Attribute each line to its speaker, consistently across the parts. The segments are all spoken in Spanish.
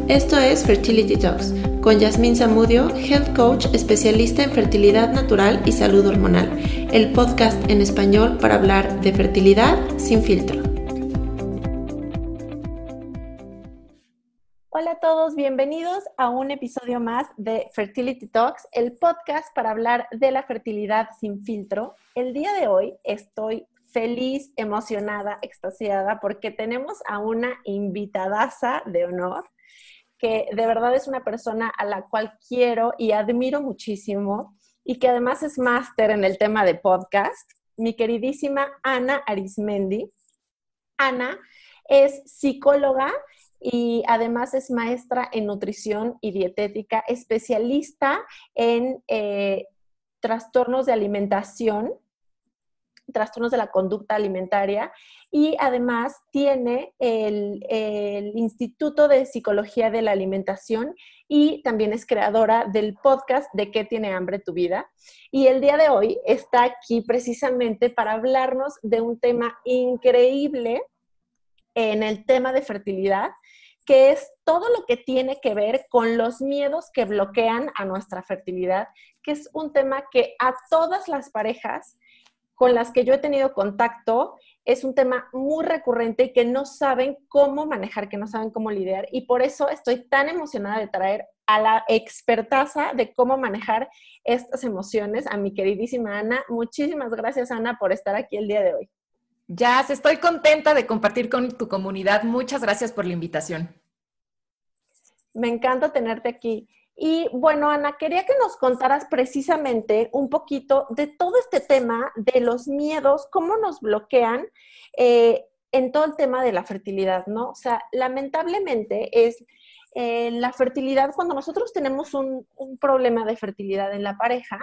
Speaker 1: Esto es Fertility Talks con Yasmín Zamudio, Health Coach especialista en fertilidad natural y salud hormonal, el podcast en español para hablar de fertilidad sin filtro. Hola a todos, bienvenidos a un episodio más de Fertility Talks, el podcast para hablar de la fertilidad sin filtro. El día de hoy estoy feliz, emocionada, extasiada porque tenemos a una invitadaza de honor que de verdad es una persona a la cual quiero y admiro muchísimo y que además es máster en el tema de podcast, mi queridísima Ana Arizmendi. Ana es psicóloga y además es maestra en nutrición y dietética, especialista en trastornos de alimentación, trastornos de la conducta alimentaria, y además tiene el Instituto de Psicología de la Alimentación y también es creadora del podcast ¿De qué tiene hambre tu vida? Y el día de hoy está aquí precisamente para hablarnos de un tema increíble en el tema de fertilidad, que es todo lo que tiene que ver con los miedos que bloquean a nuestra fertilidad, que es un tema que a todas las parejas con las que yo he tenido contacto, es un tema muy recurrente y que no saben cómo manejar, que no saben cómo lidiar. Y por eso estoy tan emocionada de traer a la expertaza de cómo manejar estas emociones, a mi queridísima Ana. Muchísimas gracias, Ana, por estar aquí el día de hoy.
Speaker 2: Jazz, estoy contenta de compartir con tu comunidad. Muchas gracias por la invitación.
Speaker 1: Me encanta tenerte aquí. Y bueno, Ana, quería que nos contaras precisamente un poquito de todo este tema de los miedos, cómo nos bloquean en todo el tema de la fertilidad, ¿no? O sea, lamentablemente es la fertilidad, cuando nosotros tenemos un problema de fertilidad en la pareja,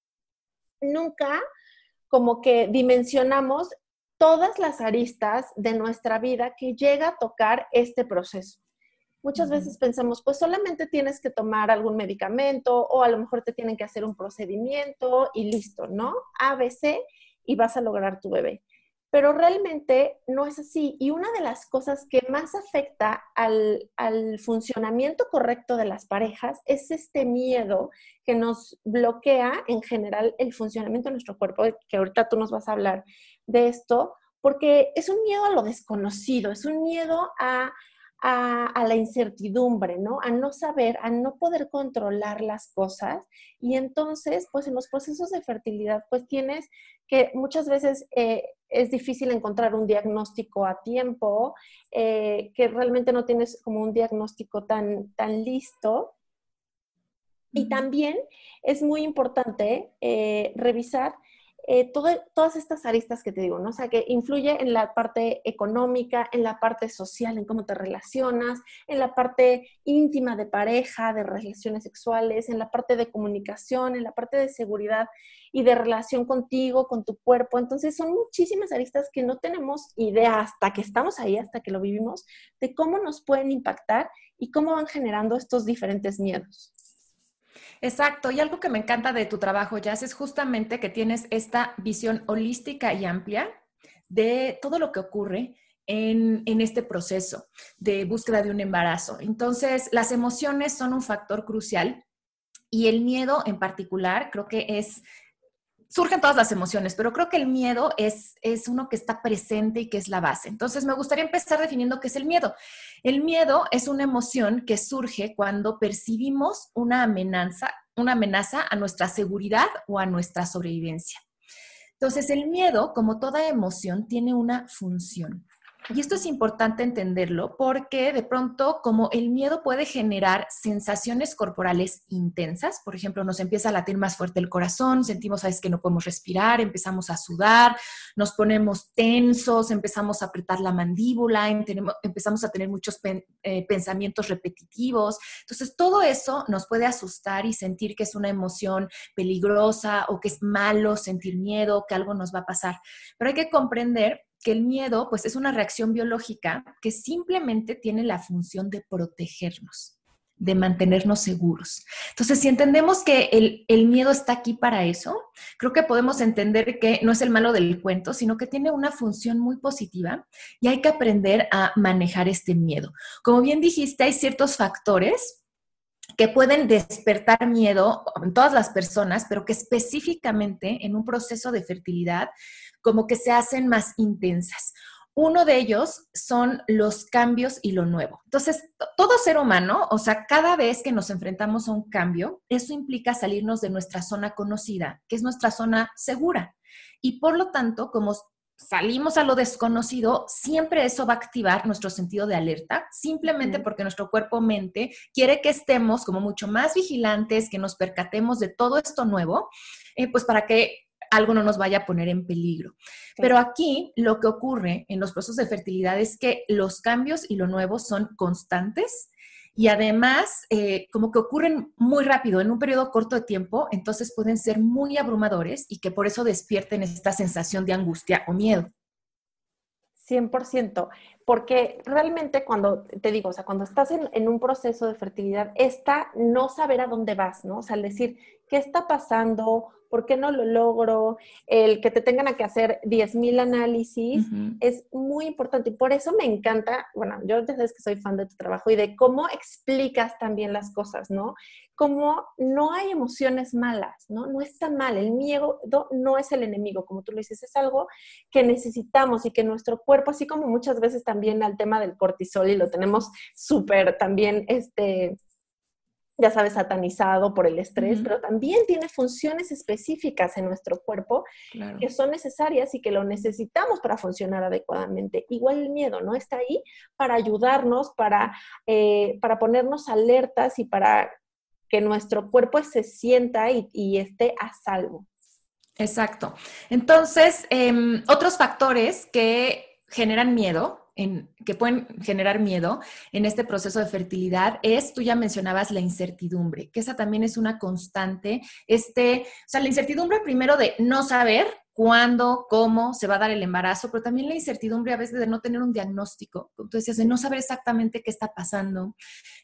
Speaker 1: nunca como que dimensionamos todas las aristas de nuestra vida que llega a tocar este proceso. Muchas veces pensamos, pues solamente tienes que tomar algún medicamento o a lo mejor te tienen que hacer un procedimiento y listo, ¿no? A, B, C y vas a lograr tu bebé. Pero realmente no es así. Y una de las cosas que más afecta al funcionamiento correcto de las parejas es este miedo que nos bloquea en general el funcionamiento de nuestro cuerpo, que ahorita tú nos vas a hablar de esto, porque es un miedo a lo desconocido, es un miedo a la incertidumbre, ¿no? A no saber, a no poder controlar las cosas. Y entonces, pues en los procesos de fertilidad, pues tienes que muchas veces es difícil encontrar un diagnóstico a tiempo, que realmente no tienes como un diagnóstico tan listo. Y también es muy importante revisar todas estas aristas que te digo, ¿no? O sea, que influye en la parte económica, en la parte social, en cómo te relacionas, en la parte íntima de pareja, de relaciones sexuales, en la parte de comunicación, en la parte de seguridad y de relación contigo, con tu cuerpo. Entonces, son muchísimas aristas que no tenemos idea hasta que estamos ahí, hasta que lo vivimos, de cómo nos pueden impactar y cómo van generando estos diferentes miedos.
Speaker 2: Exacto, y algo que me encanta de tu trabajo, Jazz, es justamente que tienes esta visión holística y amplia de todo lo que ocurre en este proceso de búsqueda de un embarazo. Entonces, las emociones son un factor crucial y el miedo en particular creo que surgen todas las emociones, pero creo que el miedo es uno que está presente y que es la base. Entonces, me gustaría empezar definiendo qué es el miedo. El miedo es una emoción que surge cuando percibimos una amenaza a nuestra seguridad o a nuestra sobrevivencia. Entonces, el miedo, como toda emoción, tiene una función. Y esto es importante entenderlo porque de pronto, como el miedo puede generar sensaciones corporales intensas, por ejemplo, nos empieza a latir más fuerte el corazón, sentimos a veces que no podemos respirar, empezamos a sudar, nos ponemos tensos, empezamos a apretar la mandíbula, empezamos a tener muchos pensamientos repetitivos. Entonces, todo eso nos puede asustar y sentir que es una emoción peligrosa o que es malo sentir miedo, que algo nos va a pasar. Pero hay que comprender que el miedo, pues, es una reacción biológica que simplemente tiene la función de protegernos. de mantenernos seguros. Entonces, si entendemos que el miedo está aquí para eso, creo que podemos entender que no es el malo del cuento, sino que tiene una función muy positiva y hay que aprender a manejar este miedo. Como bien dijiste, hay ciertos factores que pueden despertar miedo en todas las personas, pero que específicamente en un proceso de fertilidad como que se hacen más intensas. Uno de ellos son los cambios y lo nuevo. Entonces, todo ser humano, o sea, cada vez que nos enfrentamos a un cambio, eso implica salirnos de nuestra zona conocida, que es nuestra zona segura. Y por lo tanto, como salimos a lo desconocido, siempre eso va a activar nuestro sentido de alerta, simplemente porque nuestro cuerpo-mente quiere que estemos como mucho más vigilantes, que nos percatemos de todo esto nuevo, pues para que algo no nos vaya a poner en peligro. Pero aquí lo que ocurre en los procesos de fertilidad es que los cambios y lo nuevo son constantes y además como que ocurren muy rápido, en un periodo corto de tiempo, entonces pueden ser muy abrumadores y que por eso despierten esta sensación de angustia o miedo.
Speaker 1: 100%, porque realmente cuando, te digo, o sea, cuando estás en un proceso de fertilidad, está no saber a dónde vas, ¿no? O sea, el decir, ¿qué está pasando? ¿Por qué no lo logro? El que te tengan que hacer 10,000 análisis es muy importante. Y por eso me encanta, bueno, yo ya sabes que soy fan de tu trabajo y de cómo explicas también las cosas, ¿no? Como no hay emociones malas, ¿no? No está mal. El miedo no es el enemigo, como tú lo dices, es algo que necesitamos y que nuestro cuerpo, así como muchas veces también al tema del cortisol y lo tenemos súper también, ya sabes, satanizado por el estrés, pero también tiene funciones específicas en nuestro cuerpo que son necesarias y que lo necesitamos para funcionar adecuadamente. Igual el miedo, ¿no? Está ahí para ayudarnos, para ponernos alertas y para que nuestro cuerpo se sienta y esté a salvo.
Speaker 2: Exacto. Entonces, otros factores que generan miedo, que pueden generar miedo en este proceso de fertilidad es, tú ya mencionabas la incertidumbre, que esa también es una constante. O sea, la incertidumbre primero de no saber cuándo, cómo se va a dar el embarazo, pero también la incertidumbre a veces de no tener un diagnóstico, como tú decías, de no saber exactamente qué está pasando,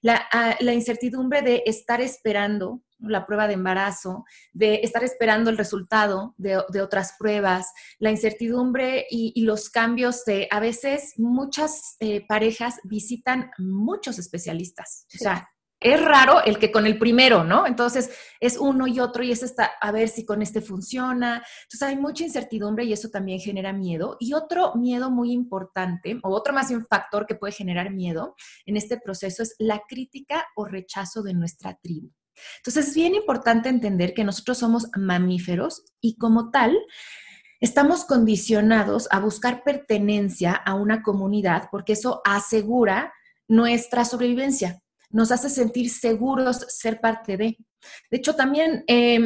Speaker 2: la incertidumbre de estar esperando la prueba de embarazo, de estar esperando el resultado de otras pruebas, la incertidumbre y los cambios de, a veces muchas parejas visitan muchos especialistas, sí. O sea, es raro el que con el primero, ¿no? Entonces es uno y otro y es a ver si con este funciona. Entonces hay mucha incertidumbre y eso también genera miedo. Y otro miedo muy importante, o otro más un factor que puede generar miedo en este proceso es la crítica o rechazo de nuestra tribu. Entonces es bien importante entender que nosotros somos mamíferos y como tal estamos condicionados a buscar pertenencia a una comunidad porque eso asegura nuestra sobrevivencia, nos hace sentir seguros ser parte de. De hecho, también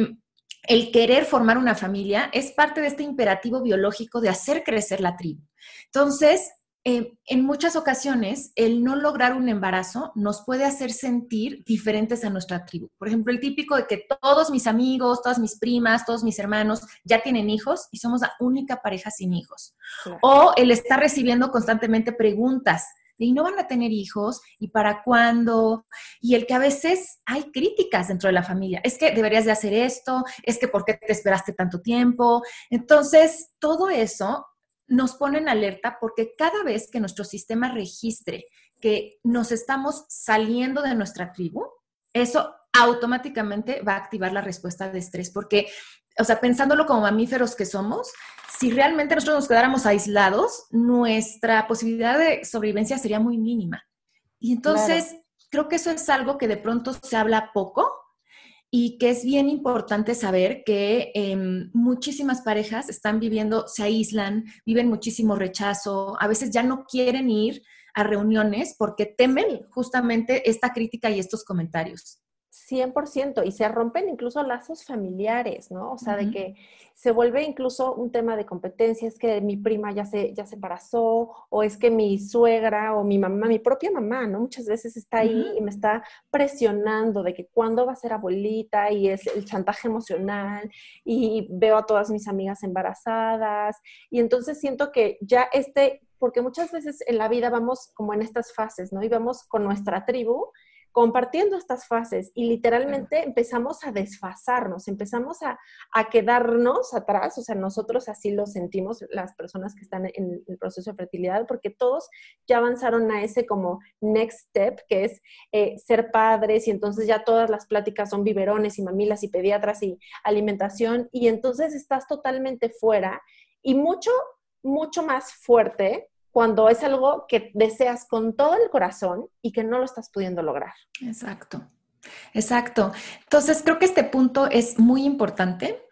Speaker 2: el querer formar una familia es parte de este imperativo biológico de hacer crecer la tribu. Entonces, en muchas ocasiones, el no lograr un embarazo nos puede hacer sentir diferentes a nuestra tribu. Por ejemplo, el típico de que todos mis amigos, todas mis primas, todos mis hermanos ya tienen hijos y somos la única pareja sin hijos. Claro. O el estar recibiendo constantemente preguntas de, ¿y no van a tener hijos? ¿Y para cuándo? Y el que a veces hay críticas dentro de la familia. Es que deberías de hacer esto, es que ¿por qué te esperaste tanto tiempo? Entonces, todo eso nos pone en alerta porque cada vez que nuestro sistema registre que nos estamos saliendo de nuestra tribu, eso automáticamente va a activar la respuesta de estrés porque, o sea, pensándolo como mamíferos que somos, si realmente nosotros nos quedáramos aislados, nuestra posibilidad de sobrevivencia sería muy mínima. Y entonces, creo que eso es algo que de pronto se habla poco y que es bien importante saber que muchísimas parejas están viviendo, se aíslan, viven muchísimo rechazo, a veces ya no quieren ir a reuniones porque temen justamente esta crítica y estos comentarios.
Speaker 1: 100%, y se rompen incluso lazos familiares, ¿no? O sea, de que se vuelve incluso un tema de competencia, es que mi prima ya se embarazó, o es que mi suegra o mi mamá, mi propia mamá, ¿no? Muchas veces está ahí y me está presionando de que cuándo va a ser abuelita, y es el chantaje emocional, y veo a todas mis amigas embarazadas, y entonces siento que ya porque muchas veces en la vida vamos como en estas fases, ¿no? Y vamos con nuestra tribu, compartiendo estas fases y literalmente empezamos a desfasarnos, empezamos a quedarnos atrás, o sea, nosotros así lo sentimos, las personas que están en el proceso de fertilidad, porque todos ya avanzaron a ese como next step, que es ser padres, y entonces ya todas las pláticas son biberones y mamilas y pediatras y alimentación, y entonces estás totalmente fuera y mucho, mucho más fuerte cuando es algo que deseas con todo el corazón y que no lo estás pudiendo lograr.
Speaker 2: Exacto. Exacto. Entonces, creo que este punto es muy importante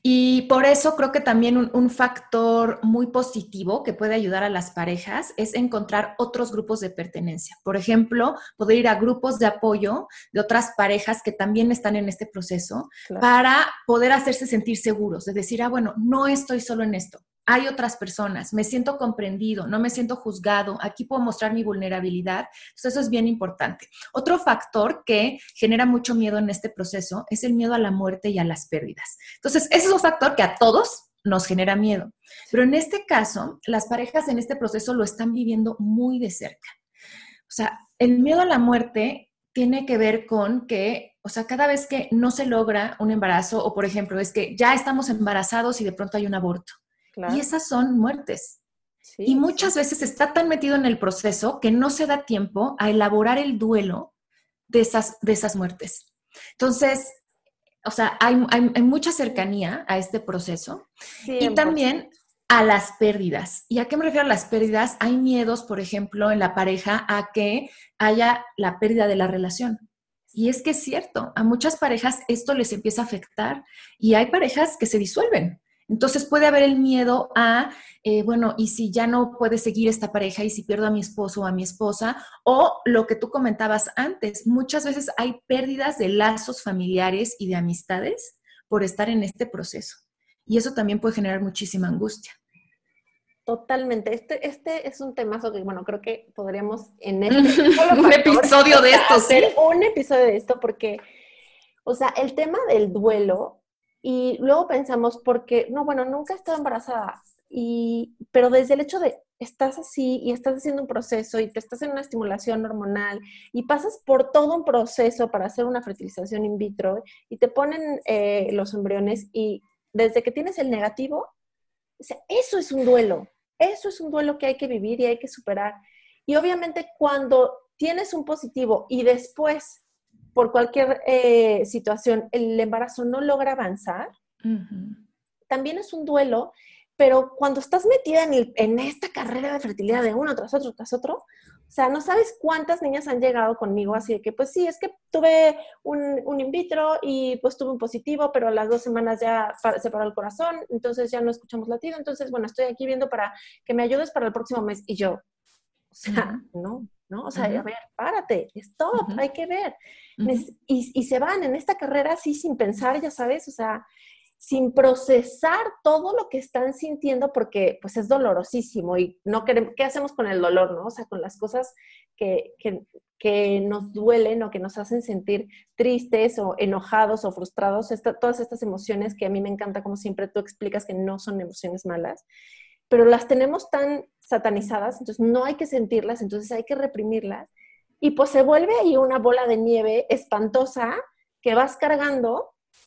Speaker 2: y por eso creo que también un factor muy positivo que puede ayudar a las parejas es encontrar otros grupos de pertenencia. Por ejemplo, poder ir a grupos de apoyo de otras parejas que también están en este proceso, claro, para poder hacerse sentir seguros, de decir, bueno, no estoy solo en esto. Hay otras personas, me siento comprendido, no me siento juzgado, aquí puedo mostrar mi vulnerabilidad. Entonces, eso es bien importante. Otro factor que genera mucho miedo en este proceso es el miedo a la muerte y a las pérdidas. Entonces, ese es un factor que a todos nos genera miedo. Pero en este caso, las parejas en este proceso lo están viviendo muy de cerca. O sea, el miedo a la muerte tiene que ver con que, o sea, cada vez que no se logra un embarazo, o por ejemplo, es que ya estamos embarazados y de pronto hay un aborto. Claro. Y esas son muertes. Sí, y muchas veces está tan metido en el proceso que no se da tiempo a elaborar el duelo de esas muertes. Entonces, o sea, hay mucha cercanía a este proceso 100%. Y también a las pérdidas. ¿Y a qué me refiero a las pérdidas? Hay miedos, por ejemplo, en la pareja a que haya la pérdida de la relación. Y es que es cierto, a muchas parejas esto les empieza a afectar y hay parejas que se disuelven. Entonces puede haber el miedo a, bueno, ¿y si ya no puede seguir esta pareja y si pierdo a mi esposo o a mi esposa? O lo que tú comentabas antes, muchas veces hay pérdidas de lazos familiares y de amistades por estar en este proceso. Y eso también puede generar muchísima angustia.
Speaker 1: Totalmente. Este es un temazo que, bueno, creo que podríamos en este
Speaker 2: un episodio de esto,
Speaker 1: hacer un episodio de esto porque, o sea, el tema del duelo, y luego pensamos, porque, no, bueno, nunca he estado embarazada, pero desde el hecho de estás así y estás haciendo un proceso y te estás en una estimulación hormonal y pasas por todo un proceso para hacer una fertilización in vitro y te ponen los embriones y desde que tienes el negativo, o sea, eso es un duelo que hay que vivir y hay que superar. Y obviamente cuando tienes un positivo y después por cualquier situación, el embarazo no logra avanzar, también es un duelo, pero cuando estás metida en esta carrera de fertilidad de uno tras otro, o sea, no sabes cuántas niñas han llegado conmigo así de que, pues sí, es que tuve un in vitro y pues tuve un positivo, pero a las 2 semanas ya se paró el corazón, entonces ya no escuchamos latido, entonces, bueno, estoy aquí viendo para que me ayudes para el próximo mes. Y yo, o sea, no, o sea, a ver, párate, stop, hay que ver. Y se van en esta carrera así sin pensar, ya sabes, o sea, sin procesar todo lo que están sintiendo porque pues es dolorosísimo y no queremos, ¿qué hacemos con el dolor, no? O sea, con las cosas que nos duelen o que nos hacen sentir tristes o enojados o frustrados, todas estas emociones que a mí me encanta, como siempre tú explicas que no son emociones malas, pero las tenemos tan satanizadas, entonces no hay que sentirlas, entonces hay que reprimirlas y pues se vuelve ahí una bola de nieve espantosa que vas cargando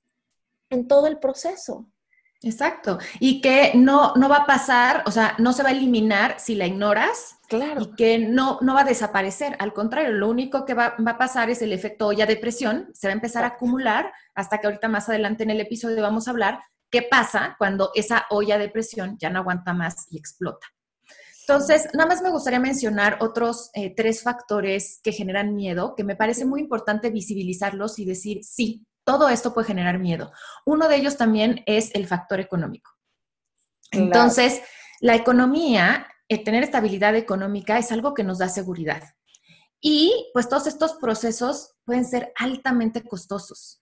Speaker 1: en todo el proceso.
Speaker 2: Exacto. Y que no va a pasar, o sea, no se va a eliminar si la ignoras. Claro. Y que no va a desaparecer. Al contrario, lo único que va a pasar es el efecto olla de presión. Se va a empezar a acumular hasta que ahorita más adelante en el episodio vamos a hablar qué pasa cuando esa olla de presión ya no aguanta más y explota. Entonces, nada más me gustaría mencionar otros 3 factores que generan miedo, que me parece muy importante visibilizarlos y decir, sí, todo esto puede generar miedo. Uno de ellos también es el factor económico. Claro. Entonces, la economía, tener estabilidad económica es algo que nos da seguridad. Y pues todos estos procesos pueden ser altamente costosos.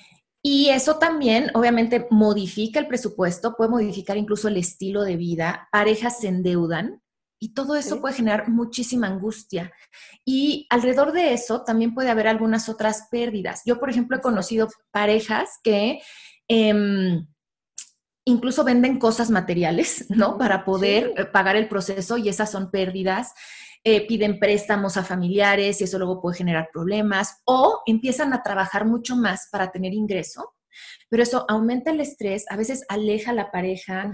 Speaker 2: Y eso también, obviamente, modifica el presupuesto, puede modificar incluso el estilo de vida. Parejas se endeudan. Y todo eso puede generar muchísima angustia. Y alrededor de eso también puede haber algunas otras pérdidas. Yo, por ejemplo, he conocido parejas que incluso venden cosas materiales, ¿no? Para poder pagar el proceso y esas son pérdidas. piden préstamos a familiares y eso luego puede generar problemas, o empiezan a trabajar mucho más para tener ingreso, pero eso aumenta el estrés, a veces aleja a la pareja,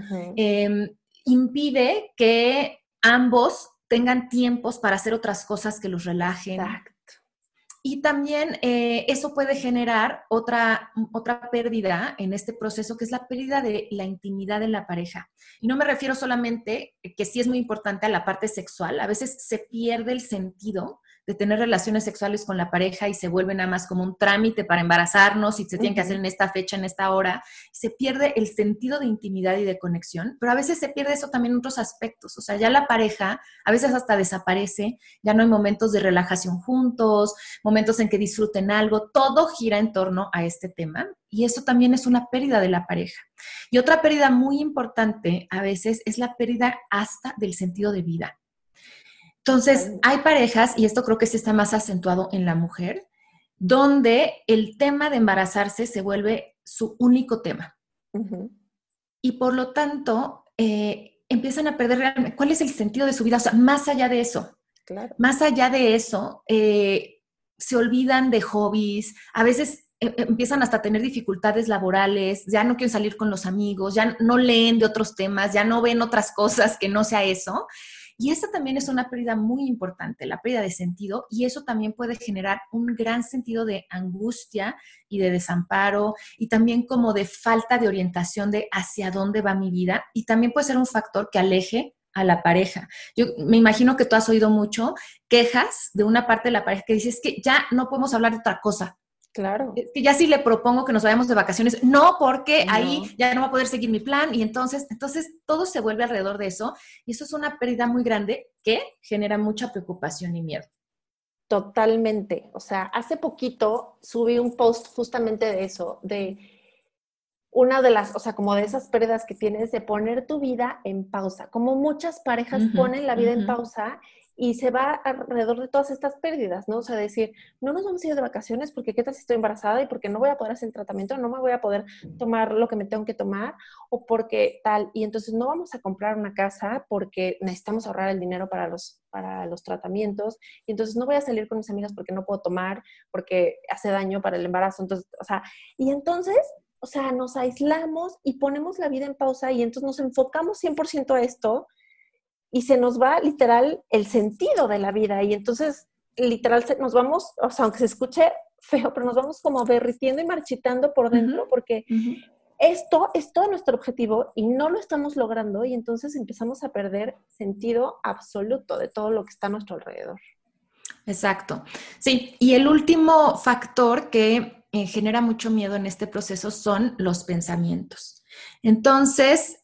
Speaker 2: impide que ambos tengan tiempos para hacer otras cosas que los relajen.
Speaker 1: Exacto.
Speaker 2: Y también eso puede generar otra pérdida en este proceso, que es la pérdida de la intimidad de la pareja. Y no me refiero solamente, que sí es muy importante, a la parte sexual. A veces se pierde el sentido de tener relaciones sexuales con la pareja y se vuelve nada más como un trámite para embarazarnos y se tiene que hacer en esta fecha, en esta hora. Se pierde el sentido de intimidad y de conexión, pero a veces se pierde eso también en otros aspectos. O sea, ya la pareja a veces hasta desaparece, ya no hay momentos de relajación juntos, momentos en que disfruten algo, todo gira en torno a este tema y eso también es una pérdida de la pareja. Y otra pérdida muy importante a veces es la pérdida hasta del sentido de vida. Entonces, hay parejas, y esto creo que sí está más acentuado en la mujer, donde el tema de embarazarse se vuelve su único tema. Y por lo tanto, empiezan a perder realmente cuál es el sentido de su vida, o sea, más allá de eso.
Speaker 1: Claro.
Speaker 2: Más allá de eso, se olvidan de hobbies, a veces empiezan hasta a tener dificultades laborales, ya no quieren salir con los amigos, ya no leen de otros temas, ya no ven otras cosas que no sea eso. Y esa también es una pérdida muy importante, la pérdida de sentido, y eso también puede generar un gran sentido de angustia y de desamparo, y también como de falta de orientación de hacia dónde va mi vida, y también puede ser un factor que aleje a la pareja. Yo me imagino que tú has oído mucho quejas de una parte de la pareja que dice, es que ya no podemos hablar de otra cosa.
Speaker 1: Claro.
Speaker 2: Es que ya si le propongo que nos vayamos de vacaciones, no, porque ahí ya no va a poder seguir mi plan y entonces todo se vuelve alrededor de eso y eso es una pérdida muy grande que genera mucha preocupación y miedo.
Speaker 1: Totalmente. O sea, hace poquito subí un post justamente de eso, de una de las, o sea, como de esas pérdidas que tienes de poner tu vida en pausa. Como muchas parejas ponen la vida en pausa y se va alrededor de todas estas pérdidas, ¿no? O sea, decir, no nos vamos a ir de vacaciones porque qué tal si estoy embarazada y porque no voy a poder hacer el tratamiento, no me voy a poder tomar lo que me tengo que tomar o porque tal. Y entonces no vamos a comprar una casa porque necesitamos ahorrar el dinero para los tratamientos. Y entonces no voy a salir con mis amigas porque no puedo tomar, porque hace daño para el embarazo. Entonces, o sea, y entonces... O sea, nos aislamos y ponemos la vida en pausa y entonces nos enfocamos 100% a esto y se nos va literal el sentido de la vida y entonces literal nos vamos, o sea, aunque se escuche feo, pero nos vamos como derritiendo y marchitando por dentro porque esto es todo nuestro objetivo y no lo estamos logrando y entonces empezamos a perder sentido absoluto de todo lo que está a nuestro alrededor.
Speaker 2: Exacto. Sí, y el último factor que genera mucho miedo en este proceso son los pensamientos. Entonces,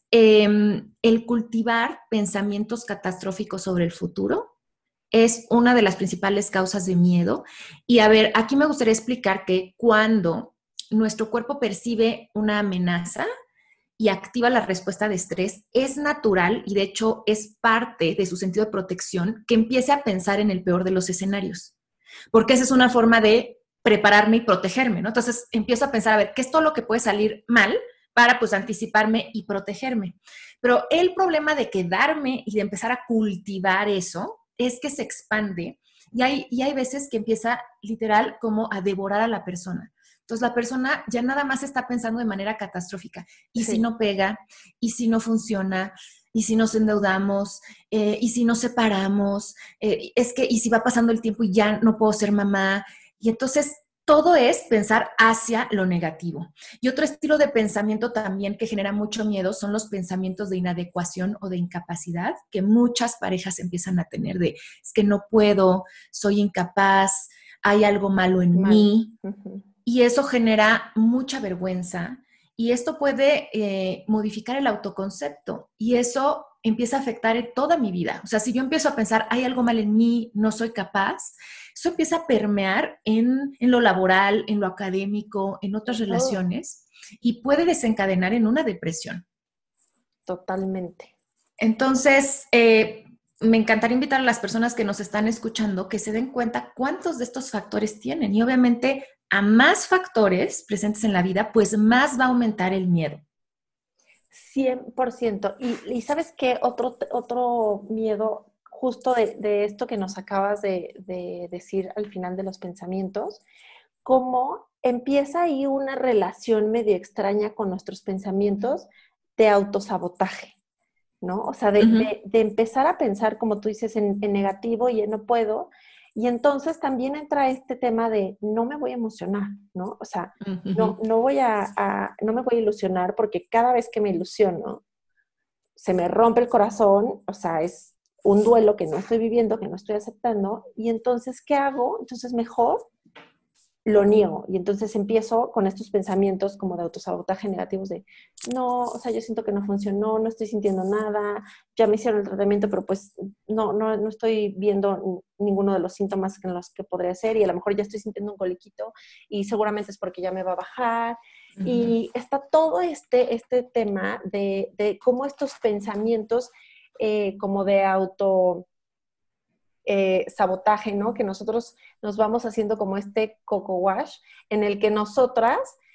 Speaker 2: el cultivar pensamientos catastróficos sobre el futuro es una de las principales causas de miedo. Y a ver, aquí me gustaría explicar que cuando nuestro cuerpo percibe una amenaza, y activa la respuesta de estrés, es natural y de hecho es parte de su sentido de protección que empiece a pensar en el peor de los escenarios. Porque esa es una forma de prepararme y protegerme, ¿no? Entonces empiezo a pensar, a ver, ¿qué es todo lo que puede salir mal para pues anticiparme y protegerme? Pero el problema de quedarme y de empezar a cultivar eso es que se expande y hay veces que empieza literal como a devorar a la persona. Entonces la persona ya nada más está pensando de manera catastrófica. ¿Y si no pega? ¿Y si no funciona? ¿Y si nos endeudamos? ¿Y si nos separamos? Es que, ¿y si va pasando el tiempo y ya no puedo ser mamá? Y entonces todo es pensar hacia lo negativo. Y otro estilo de pensamiento también que genera mucho miedo son los pensamientos de inadecuación o de incapacidad que muchas parejas empiezan a tener de, es que no puedo, soy incapaz, hay algo malo en mí. Y eso genera mucha vergüenza y esto puede modificar el autoconcepto y eso empieza a afectar en toda mi vida. O sea, si yo empiezo a pensar, hay algo mal en mí, no soy capaz, eso empieza a permear en lo laboral, en lo académico, en otras relaciones y puede desencadenar en una depresión.
Speaker 1: Totalmente.
Speaker 2: Entonces, me encantaría invitar a las personas que nos están escuchando que se den cuenta cuántos de estos factores tienen y obviamente a más factores presentes en la vida, pues más va a aumentar el miedo.
Speaker 1: 100%. Y ¿sabes qué? Otro miedo justo de esto que nos acabas de decir al final de los pensamientos, cómo empieza ahí una relación medio extraña con nuestros pensamientos de autosabotaje, ¿no? O sea, de empezar a pensar, como tú dices, en negativo y en no puedo. Y entonces también entra este tema de no me voy a emocionar, ¿no? O sea, no me voy a ilusionar porque cada vez que me ilusiono, se me rompe el corazón, o sea, es un duelo que no estoy viviendo, que no estoy aceptando. Y entonces, ¿qué hago? Entonces, mejor lo niego. Y entonces empiezo con estos pensamientos como de autosabotaje negativos de, no, o sea, yo siento que no funcionó, no estoy sintiendo nada, ya me hicieron el tratamiento, pero pues no estoy viendo ninguno de los síntomas en los que podría ser y a lo mejor ya estoy sintiendo un coliquito y seguramente es porque ya me va a bajar. Y está todo este tema de cómo estos pensamientos como de auto sabotaje, ¿no? Que nosotros nos vamos haciendo como este coco wash en el que nosotras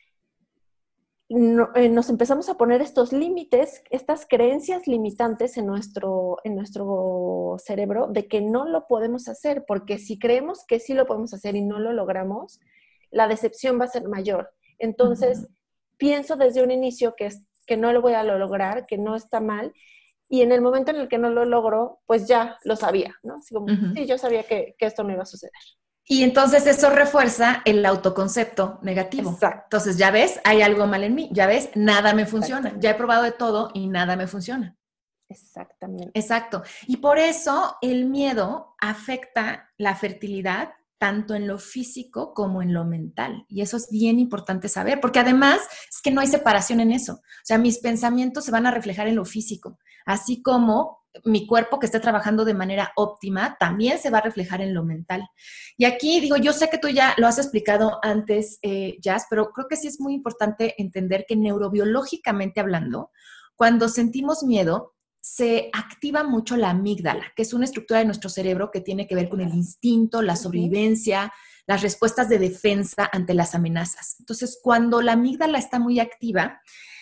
Speaker 1: nos empezamos a poner estos límites, estas creencias limitantes en nuestro cerebro de que no lo podemos hacer, porque si creemos que sí lo podemos hacer y no lo logramos, la decepción va a ser mayor. Entonces, pienso desde un inicio que no lo voy a lograr, que no está mal, y en el momento en el que no lo logro, pues ya lo sabía, ¿no? Así como, sí, yo sabía que esto no iba a suceder.
Speaker 2: Y entonces eso refuerza el autoconcepto negativo.
Speaker 1: Exacto.
Speaker 2: Entonces, ya ves, hay algo mal en mí, ya ves, nada me funciona. Ya he probado de todo y nada me funciona.
Speaker 1: Exactamente.
Speaker 2: Exacto. Y por eso el miedo afecta la fertilidad tanto en lo físico como en lo mental. Y eso es bien importante saber, porque además es que no hay separación en eso. O sea, mis pensamientos se van a reflejar en lo físico, así como mi cuerpo que esté trabajando de manera óptima también se va a reflejar en lo mental. Y aquí digo, yo sé que tú ya lo has explicado antes, Jazz, pero creo que sí es muy importante entender que neurobiológicamente hablando, cuando sentimos miedo, se activa mucho la amígdala, que es una estructura de nuestro cerebro que tiene que ver con el instinto, la sobrevivencia, las respuestas de defensa ante las amenazas. Entonces, cuando la amígdala está muy activa,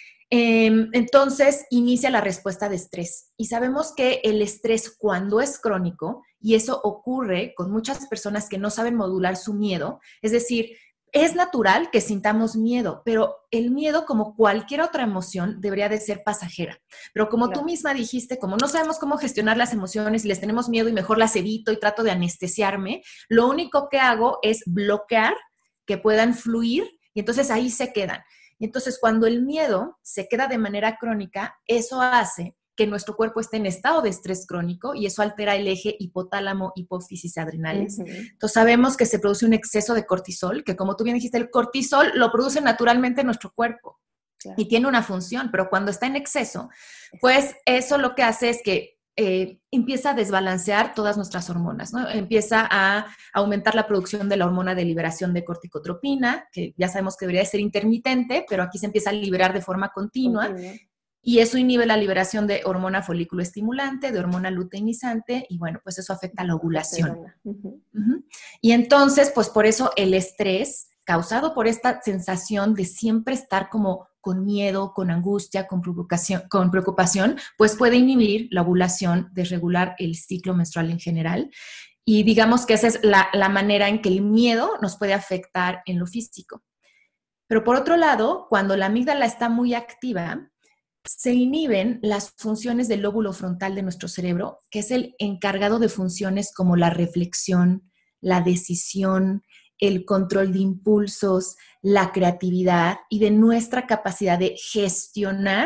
Speaker 2: entonces inicia la respuesta de estrés. Y sabemos que el estrés cuando es crónico, y eso ocurre con muchas personas que no saben modular su miedo, es decir, es natural que sintamos miedo, pero el miedo, como cualquier otra emoción, debería de ser pasajera. Pero como tú misma dijiste, como no sabemos cómo gestionar las emociones y les tenemos miedo y mejor las evito y trato de anestesiarme, lo único que hago es bloquear que puedan fluir y entonces ahí se quedan. Y entonces cuando el miedo se queda de manera crónica, eso hace que nuestro cuerpo esté en estado de estrés crónico y eso altera el eje hipotálamo, hipófisis, adrenales. Entonces sabemos que se produce un exceso de cortisol, que como tú bien dijiste, el cortisol lo produce naturalmente nuestro cuerpo y tiene una función, pero cuando está en exceso, pues eso lo que hace es que empieza a desbalancear todas nuestras hormonas, ¿no? Empieza a aumentar la producción de la hormona de liberación de corticotropina, que ya sabemos que debería ser intermitente, pero aquí se empieza a liberar de forma continua. Y eso inhibe la liberación de hormona folículo estimulante, de hormona luteinizante, y bueno, pues eso afecta a la ovulación. Y entonces, pues por eso el estrés, causado por esta sensación de siempre estar como con miedo, con angustia, con preocupación, pues puede inhibir la ovulación, desregular el ciclo menstrual en general. Y digamos que esa es la manera en que el miedo nos puede afectar en lo físico. Pero por otro lado, cuando la amígdala está muy activa, se inhiben las funciones del lóbulo frontal de nuestro cerebro, que es el encargado de funciones como la reflexión, la decisión, el control de impulsos, la creatividad y de nuestra capacidad de gestionar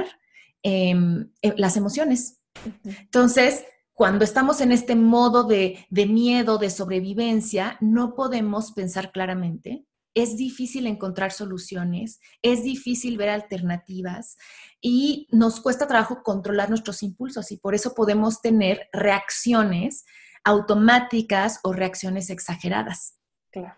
Speaker 2: las emociones. Entonces, cuando estamos en este modo de miedo, de sobrevivencia, no podemos pensar claramente. Es difícil encontrar soluciones, es difícil ver alternativas y nos cuesta trabajo controlar nuestros impulsos y por eso podemos tener reacciones automáticas o reacciones exageradas.
Speaker 1: Claro,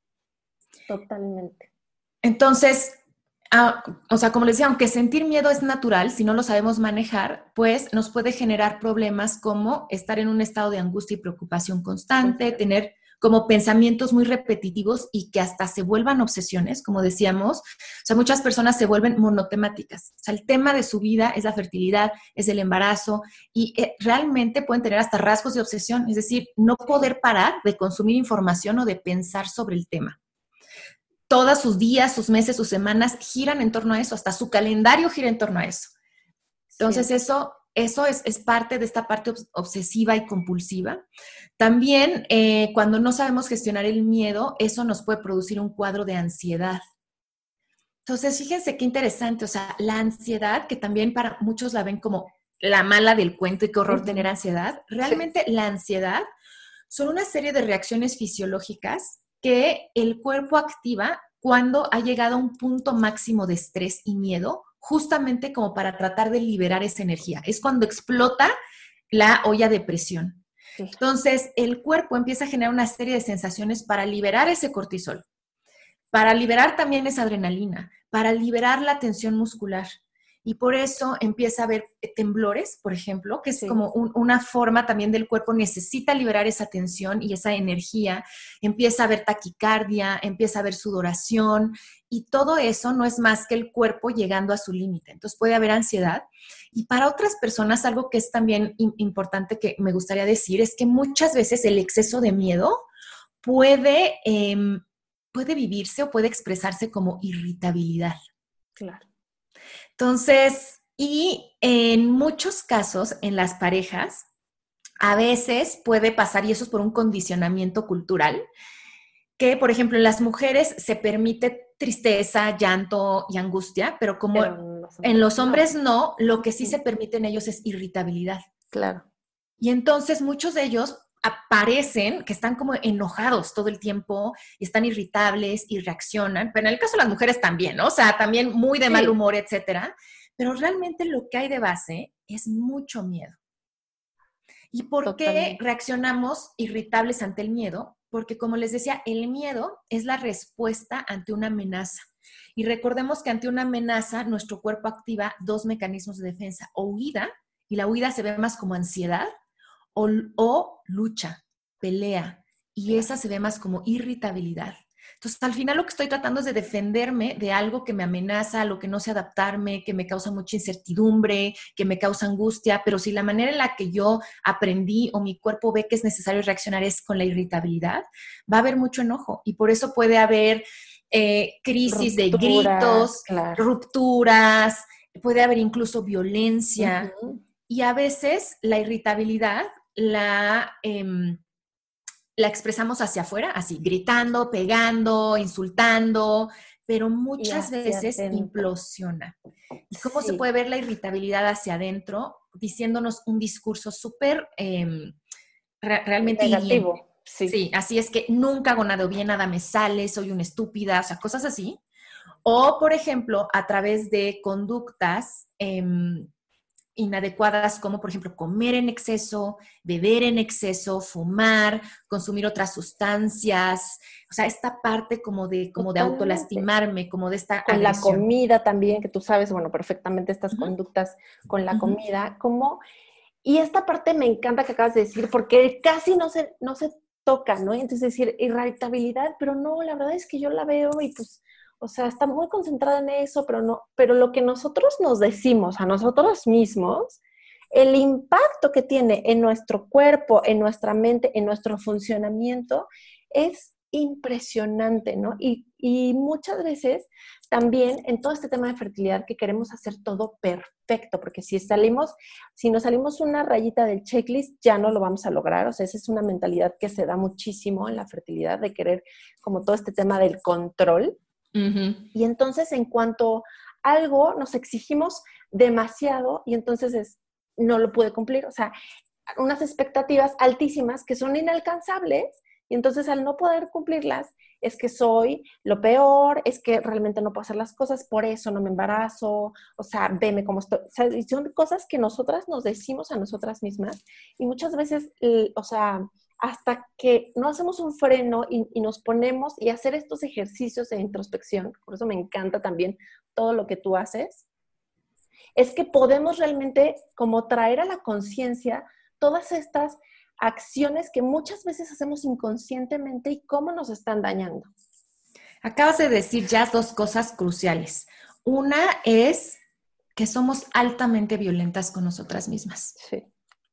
Speaker 1: totalmente.
Speaker 2: Entonces, o sea, como les decía, aunque sentir miedo es natural, si no lo sabemos manejar, pues nos puede generar problemas como estar en un estado de angustia y preocupación constante, tener como pensamientos muy repetitivos y que hasta se vuelvan obsesiones, como decíamos. O sea, muchas personas se vuelven monotemáticas. O sea, el tema de su vida es la fertilidad, es el embarazo y realmente pueden tener hasta rasgos de obsesión, es decir, no poder parar de consumir información o de pensar sobre el tema. Todos sus días, sus meses, sus semanas giran en torno a eso, hasta su calendario gira en torno a eso. Entonces, eso es parte de esta parte obsesiva y compulsiva. También, cuando no sabemos gestionar el miedo, eso nos puede producir un cuadro de ansiedad. Entonces, fíjense qué interesante, o sea, la ansiedad, que también para muchos la ven como la mala del cuento y qué horror tener ansiedad, realmente la ansiedad son una serie de reacciones fisiológicas que el cuerpo activa cuando ha llegado a un punto máximo de estrés y miedo, justamente como para tratar de liberar esa energía. Es cuando explota la olla de presión. Entonces, el cuerpo empieza a generar una serie de sensaciones para liberar ese cortisol, para liberar también esa adrenalina, para liberar la tensión muscular. Y por eso empieza a haber temblores, por ejemplo, que es como una forma también del cuerpo, necesita liberar esa tensión y esa energía. Empieza a haber taquicardia, empieza a haber sudoración y todo eso no es más que el cuerpo llegando a su límite. Entonces puede haber ansiedad. Y para otras personas, algo que es también importante que me gustaría decir es que muchas veces el exceso de miedo puede vivirse o puede expresarse como irritabilidad.
Speaker 1: Claro.
Speaker 2: Entonces, y en muchos casos, en las parejas, a veces puede pasar, y eso es por un condicionamiento cultural, que, por ejemplo, en las mujeres se permite tristeza, llanto y angustia, pero como en los hombres no, lo que sí se permite en ellos es irritabilidad.
Speaker 1: Claro.
Speaker 2: Y entonces muchos de ellos aparecen que están como enojados todo el tiempo, y están irritables y reaccionan, pero en el caso de las mujeres también, ¿no? O sea, también muy de mal humor, etcétera. Pero realmente lo que hay de base es mucho miedo. ¿Y por qué reaccionamos irritables ante el miedo? Porque, como les decía, el miedo es la respuesta ante una amenaza. Y recordemos que ante una amenaza, nuestro cuerpo activa dos mecanismos de defensa, o huida, y la huida se ve más como ansiedad, o lucha, pelea, y esa se ve más como irritabilidad. Entonces, al final lo que estoy tratando es de defenderme de algo que me amenaza, a lo que no sé adaptarme, que me causa mucha incertidumbre, que me causa angustia, pero si la manera en la que yo aprendí o mi cuerpo ve que es necesario reaccionar es con la irritabilidad, va a haber mucho enojo y por eso puede haber crisis de gritos, rupturas, puede haber incluso violencia y a veces la irritabilidad la expresamos hacia afuera, así, gritando, pegando, insultando, pero muchas veces implosiona. ¿Y cómo se puede ver la irritabilidad hacia adentro? Diciéndonos un discurso súper realmente
Speaker 1: negativo.
Speaker 2: hiriente. Sí, así es que nunca hago nada bien, nada me sale, soy una estúpida, o sea, cosas así. O, por ejemplo, a través de conductas inadecuadas como, por ejemplo, comer en exceso, beber en exceso, fumar, consumir otras sustancias, o sea, esta parte como de autolastimarme, como de esta
Speaker 1: con
Speaker 2: agresión.
Speaker 1: La comida también, que tú sabes, bueno, perfectamente estas conductas con la comida, como, y esta parte me encanta que acabas de decir, porque casi no se toca, ¿no? Entonces decir irritabilidad, pero no, la verdad es que yo la veo y pues, o sea, está muy concentrada en eso, pero no, pero lo que nosotros nos decimos a nosotros mismos, el impacto que tiene en nuestro cuerpo, en nuestra mente, en nuestro funcionamiento, es impresionante, ¿no? Y muchas veces también en todo este tema de fertilidad que queremos hacer todo perfecto, porque si nos salimos una rayita del checklist, ya no lo vamos a lograr. O sea, esa es una mentalidad que se da muchísimo en la fertilidad, de querer como todo este tema del control. Y entonces en cuanto a algo nos exigimos demasiado y entonces no lo pude cumplir. O sea, unas expectativas altísimas que son inalcanzables y entonces al no poder cumplirlas es que soy lo peor, es que realmente no puedo hacer las cosas, por eso no me embarazo, o sea, veme cómo estoy. O sea, son cosas que nosotras nos decimos a nosotras mismas y muchas veces, o sea, hasta que no hacemos un freno y nos ponemos y hacer estos ejercicios de introspección, por eso me encanta también todo lo que tú haces, es que podemos realmente como traer a la conciencia todas estas acciones que muchas veces hacemos inconscientemente y cómo nos están dañando.
Speaker 2: Acabas de decir ya dos cosas cruciales. Una es que somos altamente violentas con nosotras mismas.
Speaker 1: Sí.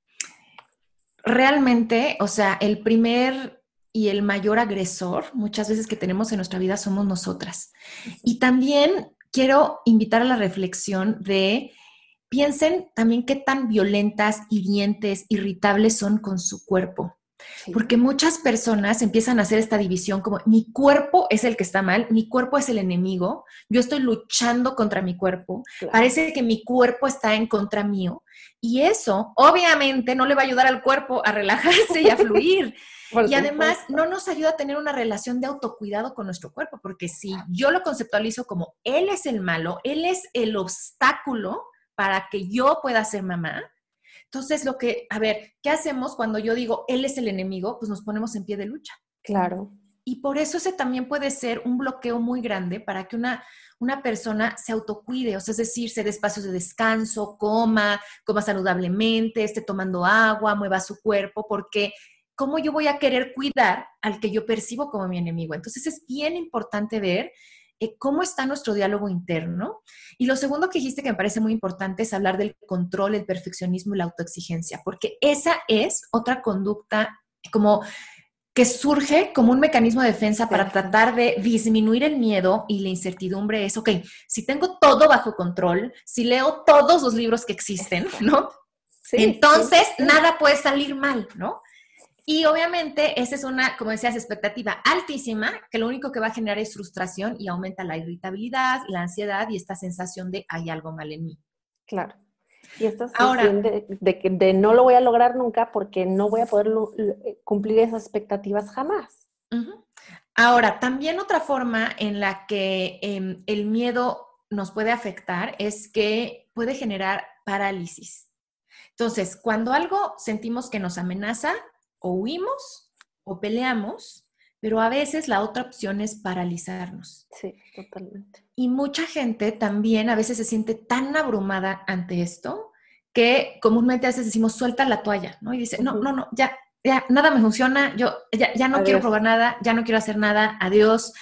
Speaker 2: Realmente, o sea, el primer y el mayor agresor muchas veces que tenemos en nuestra vida somos nosotras. Y también quiero invitar a la reflexión de, piensen también qué tan violentas, hirientes, irritables son con su cuerpo.
Speaker 1: Sí.
Speaker 2: Porque muchas personas empiezan a hacer esta división como mi cuerpo es el que está mal, mi cuerpo es el enemigo, yo estoy luchando contra mi cuerpo,
Speaker 1: Claro.
Speaker 2: parece que mi cuerpo está en contra mío y eso obviamente no le va a ayudar al cuerpo a relajarse y a fluir. Y además no nos ayuda a tener una relación de autocuidado con nuestro cuerpo, porque si yo lo conceptualizo como él es el malo, él es el obstáculo para que yo pueda ser mamá, entonces, ¿qué hacemos cuando yo digo, él es el enemigo? Pues nos ponemos en pie de lucha.
Speaker 1: Claro.
Speaker 2: Y por eso ese también puede ser un bloqueo muy grande para que una persona se autocuide, o sea, es decir, se dé espacios de descanso, coma saludablemente, esté tomando agua, mueva su cuerpo, porque ¿cómo yo voy a querer cuidar al que yo percibo como mi enemigo? Entonces, es bien importante ver cómo está nuestro diálogo interno. Y lo segundo que dijiste que me parece muy importante es hablar del control, el perfeccionismo y la autoexigencia, porque esa es otra conducta como que surge como un mecanismo de defensa para tratar de disminuir el miedo y la incertidumbre. Es, ok, si tengo todo bajo control, si leo todos los libros que existen, ¿no? Sí, entonces sí. Nada puede salir mal, ¿no? Y obviamente esa es una, como decías, expectativa altísima, que lo único que va a generar es frustración y aumenta la irritabilidad, la ansiedad y esta sensación de hay algo mal en mí.
Speaker 1: Claro. Y esta sensación de no lo voy a lograr nunca porque no voy a poder cumplir esas expectativas jamás.
Speaker 2: Uh-huh. Ahora, también otra forma en la que el miedo nos puede afectar es que puede generar parálisis. Entonces, cuando algo sentimos que nos amenaza, o huimos o peleamos, pero a veces la otra opción es paralizarnos.
Speaker 1: Sí, totalmente.
Speaker 2: Y mucha gente también a veces se siente tan abrumada ante esto que comúnmente a veces decimos, suelta la toalla, ¿no? Y dice, no, ya, nada me funciona, yo ya no quiero probar nada, ya no quiero hacer nada, adiós.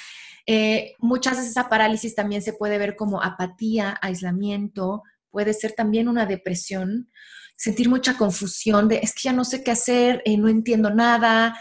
Speaker 2: Muchas veces esa parálisis también se puede ver como apatía, aislamiento, puede ser también una depresión, sentir mucha confusión de, es que ya no sé qué hacer, no entiendo nada.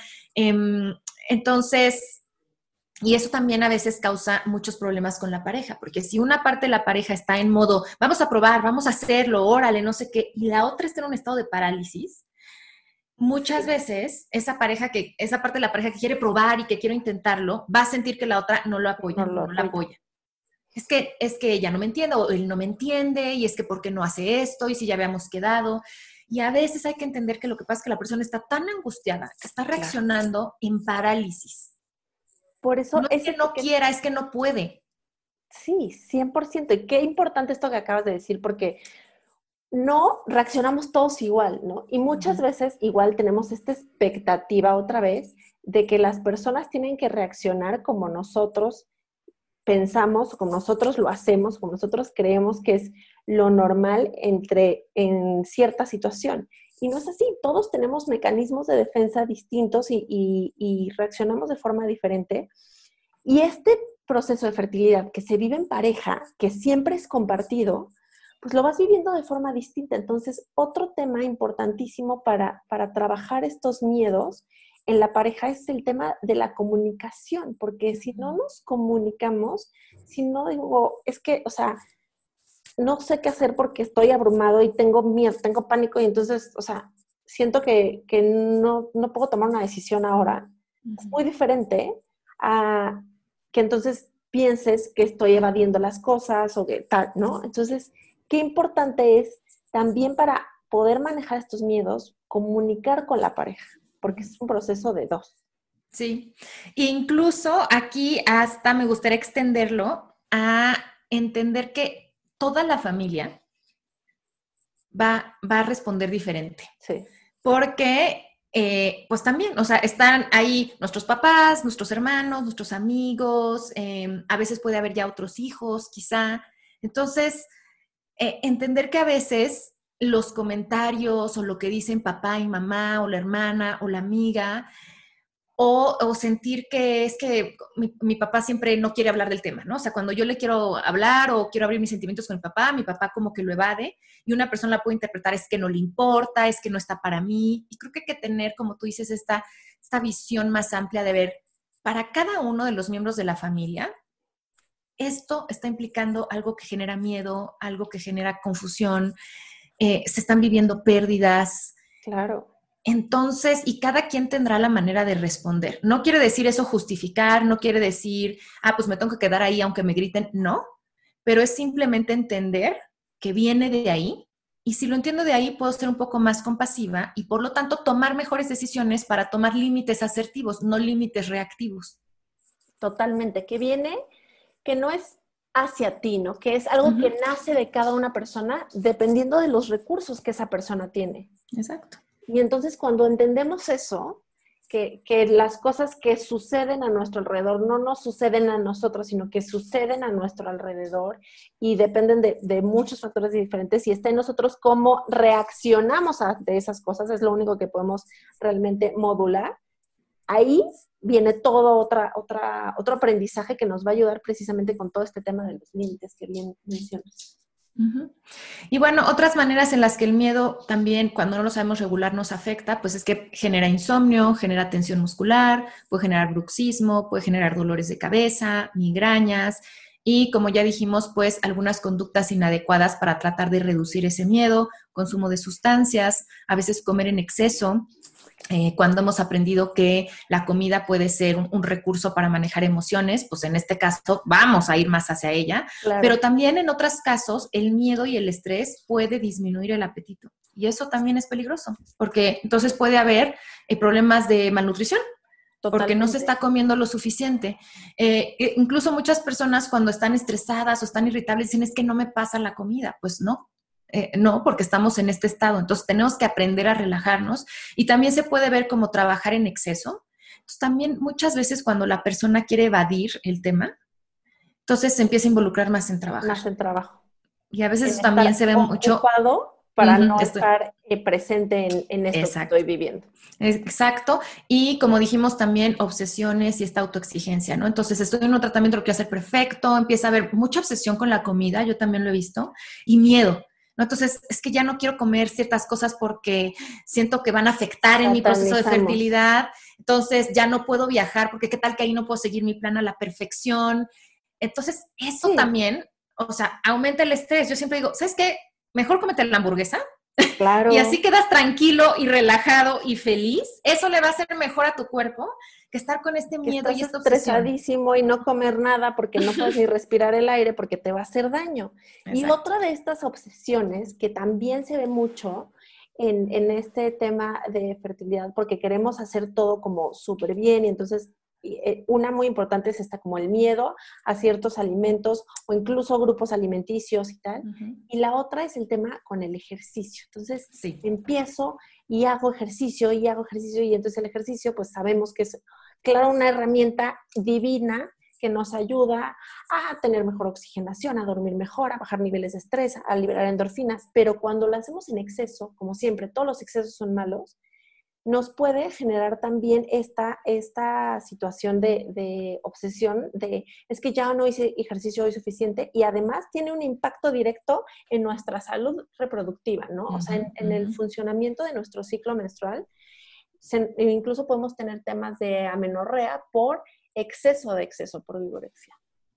Speaker 2: Entonces, y eso también a veces causa muchos problemas con la pareja, porque si una parte de la pareja está en modo, vamos a probar, vamos a hacerlo, órale, no sé qué, y la otra está en un estado de parálisis, muchas veces esa parte de la pareja que quiere probar y que quiere intentarlo, va a sentir que la otra no lo apoya, no la apoya. Es que ella no me entiende o él no me entiende y es que ¿por qué no hace esto? Y si ya habíamos quedado. Y a veces hay que entender que lo que pasa es que la persona está tan angustiada, que está reaccionando en parálisis.
Speaker 1: Por eso
Speaker 2: no es que no quiera, es que no puede.
Speaker 1: Sí, 100%. Y qué importante esto que acabas de decir, porque no reaccionamos todos igual, ¿no? Y muchas veces igual tenemos esta expectativa otra vez de que las personas tienen que reaccionar como nosotros pensamos, como nosotros lo hacemos, como nosotros creemos que es lo normal en cierta situación. Y no es así, todos tenemos mecanismos de defensa distintos y reaccionamos de forma diferente. Y este proceso de fertilidad que se vive en pareja, que siempre es compartido, pues lo vas viviendo de forma distinta. Entonces, otro tema importantísimo para trabajar estos miedos en la pareja es el tema de la comunicación, porque si no nos comunicamos, si no digo, es que, o sea, no sé qué hacer porque estoy abrumado y tengo miedo, tengo pánico y entonces, o sea, siento que no puedo tomar una decisión ahora. Es muy diferente a que entonces pienses que estoy evadiendo las cosas o que tal, ¿no? Entonces, qué importante es también para poder manejar estos miedos, comunicar con la pareja, porque es un proceso de dos.
Speaker 2: Sí, incluso aquí hasta me gustaría extenderlo a entender que toda la familia va a responder diferente.
Speaker 1: Sí.
Speaker 2: Porque, pues también, o sea, están ahí nuestros papás, nuestros hermanos, nuestros amigos, a veces puede haber ya otros hijos, quizá. Entonces, entender que a veces los comentarios o lo que dicen papá y mamá o la hermana o la amiga, o sentir que es que mi papá siempre no quiere hablar del tema, ¿no? O sea, cuando yo le quiero hablar o quiero abrir mis sentimientos con mi papá como que lo evade y una persona la puede interpretar es que no le importa, es que no está para mí. Y creo que hay que tener, como tú dices, esta visión más amplia de ver para cada uno de los miembros de la familia, esto está implicando algo que genera miedo, algo que genera confusión, se están viviendo pérdidas.
Speaker 1: Claro.
Speaker 2: Entonces, y cada quien tendrá la manera de responder. No quiere decir eso justificar, no quiere decir, pues me tengo que quedar ahí aunque me griten, no, pero es simplemente entender que viene de ahí y si lo entiendo de ahí puedo ser un poco más compasiva y por lo tanto tomar mejores decisiones para tomar límites asertivos, no límites reactivos.
Speaker 1: Totalmente, que viene, que no es hacia ti, ¿no? Que es algo que nace de cada una persona dependiendo de los recursos que esa persona tiene.
Speaker 2: Exacto.
Speaker 1: Y entonces cuando entendemos eso, que las cosas que suceden a nuestro alrededor no nos suceden a nosotros, sino que suceden a nuestro alrededor y dependen de muchos factores diferentes y está en nosotros cómo reaccionamos ante esas cosas, es lo único que podemos realmente modular. Ahí viene todo otro aprendizaje que nos va a ayudar precisamente con todo este tema de los límites que bien mencionas.
Speaker 2: Uh-huh. Y bueno, otras maneras en las que el miedo también, cuando no lo sabemos regular, nos afecta, pues es que genera insomnio, genera tensión muscular, puede generar bruxismo, puede generar dolores de cabeza, migrañas y, como ya dijimos, pues algunas conductas inadecuadas para tratar de reducir ese miedo, consumo de sustancias, a veces comer en exceso. Cuando hemos aprendido que la comida puede ser un recurso para manejar emociones, pues en este caso vamos a ir más hacia ella,
Speaker 1: Claro.
Speaker 2: Pero también en otros casos el miedo y el estrés puede disminuir el apetito y eso también es peligroso porque entonces puede haber problemas de malnutrición. Totalmente. Porque no se está comiendo lo suficiente. Incluso muchas personas cuando están estresadas o están irritables dicen es que no me pasa la comida. Pues no, porque estamos en este estado. Entonces tenemos que aprender a relajarnos y también se puede ver como trabajar en exceso. Entonces también muchas veces cuando la persona quiere evadir el tema, entonces se empieza a involucrar más en trabajar.
Speaker 1: Más en trabajo.
Speaker 2: Y a veces también se ve mucho...
Speaker 1: ocupado para no estar presente en esto
Speaker 2: Exacto.
Speaker 1: que estoy viviendo.
Speaker 2: Exacto. Y como dijimos también, obsesiones y esta autoexigencia, ¿no? Entonces estoy en un tratamiento, lo quiero hacer perfecto, empieza a haber mucha obsesión con la comida, yo también lo he visto, y miedo, ¿no? Entonces es que ya no quiero comer ciertas cosas porque siento que van a afectar en mi proceso de fertilidad, entonces ya no puedo viajar porque qué tal que ahí no puedo seguir mi plan a la perfección. Entonces eso también, o sea, aumenta el estrés. Yo siempre digo, ¿sabes qué? Mejor cómete la hamburguesa.
Speaker 1: Claro.
Speaker 2: Y así quedas tranquilo y relajado y feliz. Eso le va a hacer mejor a tu cuerpo que estar con este miedo y esta obsesión.
Speaker 1: Estresadísimo y no comer nada porque no puedes ni respirar el aire porque te va a hacer daño. Exacto. Y otra de estas obsesiones que también se ve mucho en este tema de fertilidad porque queremos hacer todo como súper bien y entonces una muy importante es esta como el miedo a ciertos alimentos o incluso grupos alimenticios y tal. Y la otra es el tema con el ejercicio. Entonces empiezo y hago ejercicio y entonces el ejercicio pues sabemos que es, claro, una herramienta divina que nos ayuda a tener mejor oxigenación, a dormir mejor, a bajar niveles de estrés, a liberar endorfinas, pero cuando lo hacemos en exceso, como siempre, todos los excesos son malos, nos puede generar también esta situación de obsesión, de es que ya no hice ejercicio hoy suficiente y además tiene un impacto directo en nuestra salud reproductiva, ¿no? O sea, en el funcionamiento de nuestro ciclo menstrual. Incluso podemos tener temas de amenorrea por exceso, por vigorexia.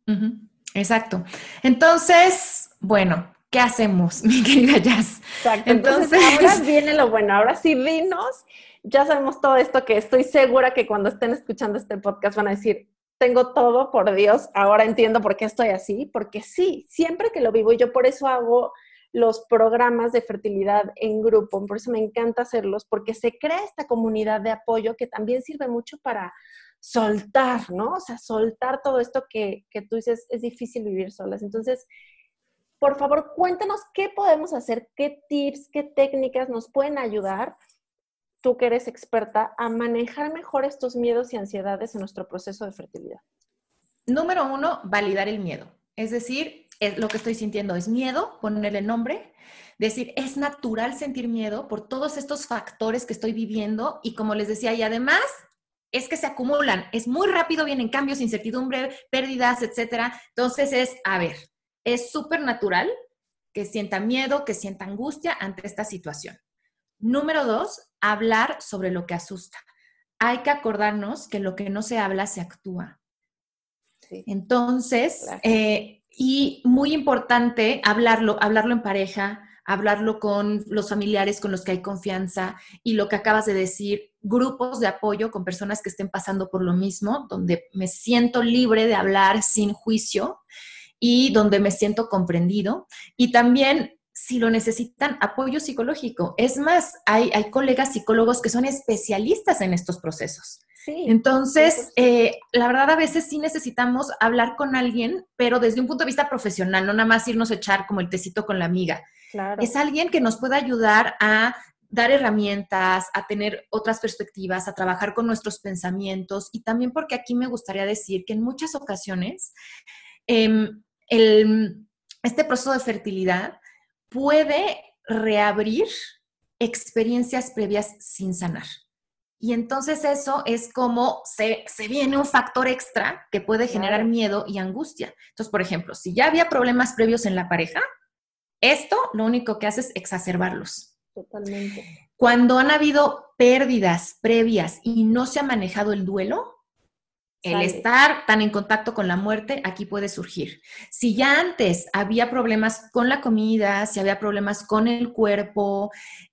Speaker 2: Exacto. Entonces, bueno, ¿qué hacemos, mi querida Jazz?
Speaker 1: Exacto. Entonces, ahora viene lo bueno. Ahora sí, dinos. Ya sabemos todo esto que estoy segura que cuando estén escuchando este podcast van a decir, tengo todo, por Dios, ahora entiendo por qué estoy así. Porque sí, siempre que lo vivo, y yo por eso hago los programas de fertilidad en grupo, por eso me encanta hacerlos, porque se crea esta comunidad de apoyo que también sirve mucho para soltar, ¿no? O sea, soltar todo esto que tú dices, es difícil vivir solas. Entonces, por favor, cuéntanos qué podemos hacer, qué tips, qué técnicas nos pueden ayudar, tú que eres experta, a manejar mejor estos miedos y ansiedades en nuestro proceso de fertilidad.
Speaker 2: Número 1, validar el miedo. Es decir, lo que estoy sintiendo es miedo, ponerle nombre, decir, es natural sentir miedo por todos estos factores que estoy viviendo y como les decía, y además es que se acumulan, es muy rápido, vienen cambios, incertidumbre, pérdidas, etcétera. Entonces a ver, es súper natural que sienta miedo, que sienta angustia ante esta situación. Número 2, hablar sobre lo que asusta. Hay que acordarnos que lo que no se habla se actúa.
Speaker 1: Sí,
Speaker 2: Entonces,
Speaker 1: claro.
Speaker 2: y muy importante hablarlo en pareja, hablarlo con los familiares con los que hay confianza y lo que acabas de decir, grupos de apoyo con personas que estén pasando por lo mismo, donde me siento libre de hablar sin juicio y donde me siento comprendido. Y también, si lo necesitan, apoyo psicológico. Es más, hay colegas psicólogos que son especialistas en estos procesos.
Speaker 1: Sí,
Speaker 2: Entonces,
Speaker 1: 100%.
Speaker 2: la verdad a veces sí necesitamos hablar con alguien, pero desde un punto de vista profesional, no nada más irnos a echar como el tecito con la amiga. Es
Speaker 1: Claro.
Speaker 2: alguien que nos pueda ayudar a dar herramientas, a tener otras perspectivas, a trabajar con nuestros pensamientos y también porque aquí me gustaría decir que en muchas ocasiones el, este proceso de fertilidad puede reabrir experiencias previas sin sanar. Y entonces eso es como se viene un factor extra que puede generar
Speaker 1: Claro,
Speaker 2: miedo y angustia. Entonces, por ejemplo, si ya había problemas previos en la pareja, esto lo único que hace es exacerbarlos.
Speaker 1: totalmente.
Speaker 2: Cuando han habido pérdidas previas y no se ha manejado el duelo, el
Speaker 1: Sale.
Speaker 2: estar tan en contacto con la muerte aquí puede surgir. Si ya antes había problemas con la comida, si había problemas con el cuerpo,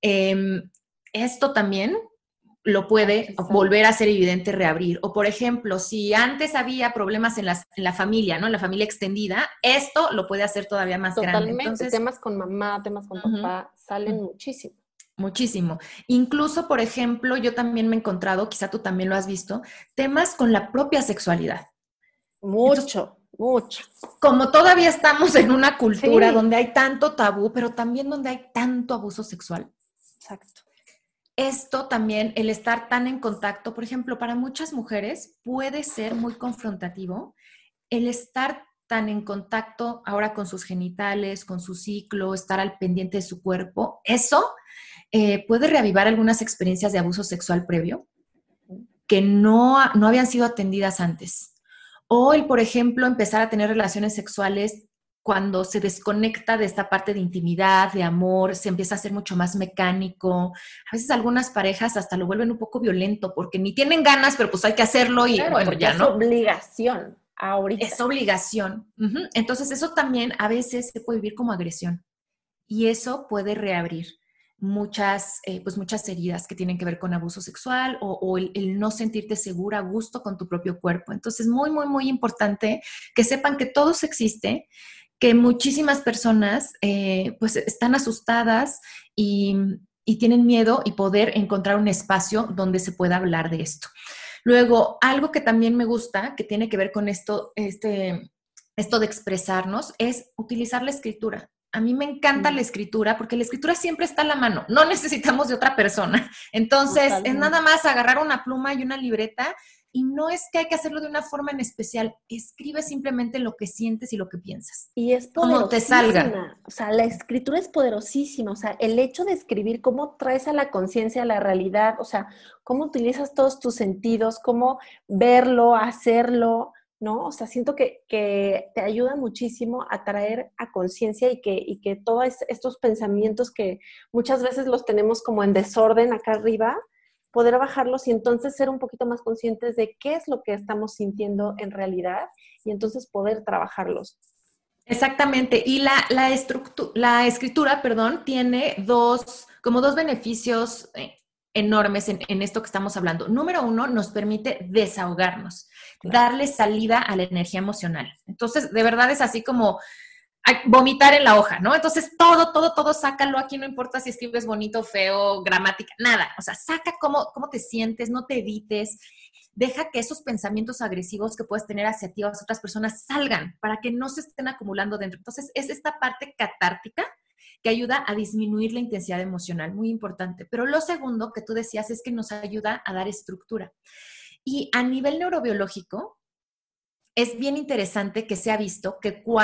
Speaker 2: esto también lo puede
Speaker 1: Aquí sale.
Speaker 2: volver a ser evidente, reabrir. O, por ejemplo, si antes había problemas en la familia, ¿no? En la familia extendida, esto lo puede hacer todavía más grande.
Speaker 1: Totalmente.
Speaker 2: Entonces,
Speaker 1: Temas con mamá, temas con
Speaker 2: uh-huh,
Speaker 1: papá, salen muchísimo.
Speaker 2: muchísimo. Incluso, por ejemplo, yo también me he encontrado, quizá tú también lo has visto, temas con la propia sexualidad. Entonces,
Speaker 1: Mucho, mucho.
Speaker 2: como todavía estamos en una cultura
Speaker 1: Sí,
Speaker 2: donde hay tanto tabú, pero también donde hay tanto abuso sexual,
Speaker 1: exacto.
Speaker 2: esto también, el estar tan en contacto, por ejemplo, para muchas mujeres puede ser muy confrontativo el estar tan en contacto ahora con sus genitales, con su ciclo, estar al pendiente de su cuerpo, eso puede reavivar algunas experiencias de abuso sexual previo que no habían sido atendidas antes. O el, por ejemplo, empezar a tener relaciones sexuales cuando se desconecta de esta parte de intimidad, de amor, se empieza a ser mucho más mecánico. A veces algunas parejas hasta lo vuelven un poco violento porque ni tienen ganas, pero pues hay que hacerlo y
Speaker 1: Claro,
Speaker 2: bueno,
Speaker 1: porque
Speaker 2: ya,
Speaker 1: es
Speaker 2: ¿no?
Speaker 1: obligación
Speaker 2: Es
Speaker 1: ahorita.
Speaker 2: obligación. Uh-huh. Entonces eso también a veces se puede vivir como agresión y eso puede reabrir pues muchas heridas que tienen que ver con abuso sexual o el no sentirte segura, a gusto con tu propio cuerpo. Entonces, muy, muy, muy importante que sepan que todo eso existe, que muchísimas personas pues están asustadas y tienen miedo y poder encontrar un espacio donde se pueda hablar de esto. Luego, algo que también me gusta, que tiene que ver con esto de expresarnos, es utilizar la escritura. A mí me encanta la escritura porque la escritura siempre está a la mano, no necesitamos de otra persona. Entonces, es nada
Speaker 1: Totalmente.
Speaker 2: más agarrar una pluma y una libreta y no es que hay que hacerlo de una forma en especial, escribe simplemente lo que sientes y lo que piensas,
Speaker 1: Y es
Speaker 2: como te salga.
Speaker 1: poderosísima, o sea, la escritura es poderosísima, o sea, el hecho de escribir, cómo traes a la conciencia, a la realidad, o sea, cómo utilizas todos tus sentidos, cómo verlo, hacerlo, ¿no? O sea, siento que te ayuda muchísimo a traer a conciencia y que todos estos pensamientos que muchas veces los tenemos como en desorden acá arriba, poder bajarlos y entonces ser un poquito más conscientes de qué es lo que estamos sintiendo en realidad y entonces poder trabajarlos.
Speaker 2: Exactamente. Y la escritura, perdón, tiene como dos beneficios enormes en esto que estamos hablando. Número uno, nos permite desahogarnos,
Speaker 1: Claro.
Speaker 2: darle salida a la energía emocional. Entonces, de verdad es así como vomitar en la hoja, ¿no? Entonces, todo, sácalo. Aquí no importa si escribes bonito, feo, gramática, nada. O sea, saca cómo te sientes, no te edites. Deja que esos pensamientos agresivos que puedes tener hacia ti o hacia otras personas salgan para que no se estén acumulando dentro. Entonces, es esta parte catártica que ayuda a disminuir la intensidad emocional, muy importante. Pero lo segundo que tú decías es que nos ayuda a dar estructura. Y a nivel neurobiológico, es bien interesante que se ha visto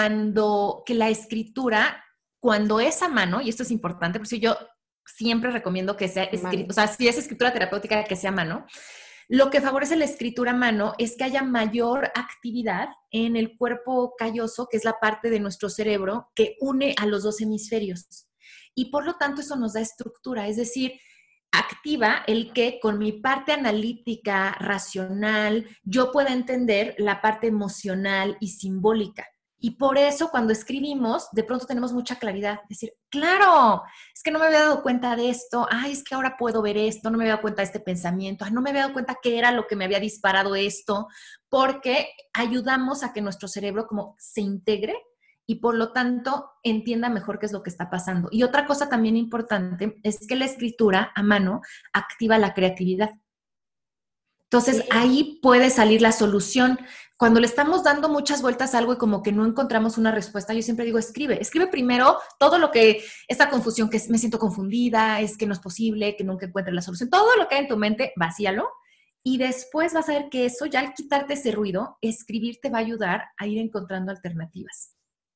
Speaker 2: que la escritura, cuando es a mano, y esto es importante, por si yo siempre recomiendo que sea escrito, o sea, si es escritura terapéutica, que sea a mano. Lo que favorece la escritura a mano es que haya mayor actividad en el cuerpo calloso, que es la parte de nuestro cerebro que une a los dos hemisferios. Y por lo tanto eso nos da estructura, es decir, activa el que con mi parte analítica, racional, yo pueda entender la parte emocional y simbólica. Y por eso cuando escribimos, de pronto tenemos mucha claridad. Decir, claro, es que no me había dado cuenta de esto. Ay, es que ahora puedo ver esto. No me había dado cuenta de este pensamiento. Ay, no me había dado cuenta qué era lo que me había disparado esto. Porque ayudamos a que nuestro cerebro como se integre y por lo tanto entienda mejor qué es lo que está pasando. Y otra cosa también importante es que la escritura a mano activa la creatividad. Entonces,
Speaker 1: Sí.
Speaker 2: ahí puede salir la solución. Cuando le estamos dando muchas vueltas a algo y como que no encontramos una respuesta, yo siempre digo, escribe primero todo lo que, esta confusión, que me siento confundida, es que no es posible, que nunca encuentre la solución, todo lo que hay en tu mente, vacíalo. Y después vas a ver que eso, ya al quitarte ese ruido, escribir te va a ayudar a ir encontrando alternativas.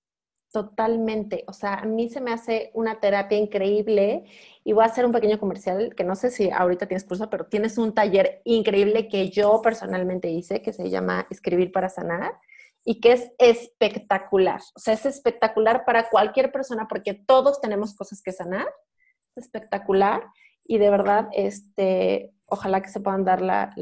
Speaker 1: Totalmente, o sea, a mí se me hace una terapia increíble y voy a hacer un pequeño comercial, que no sé si ahorita tienes curso, pero tienes un taller increíble que yo personalmente hice, que se llama Escribir para Sanar y que es espectacular, o sea, es espectacular para cualquier persona porque todos tenemos cosas que sanar, es espectacular y de verdad, ojalá que se puedan dar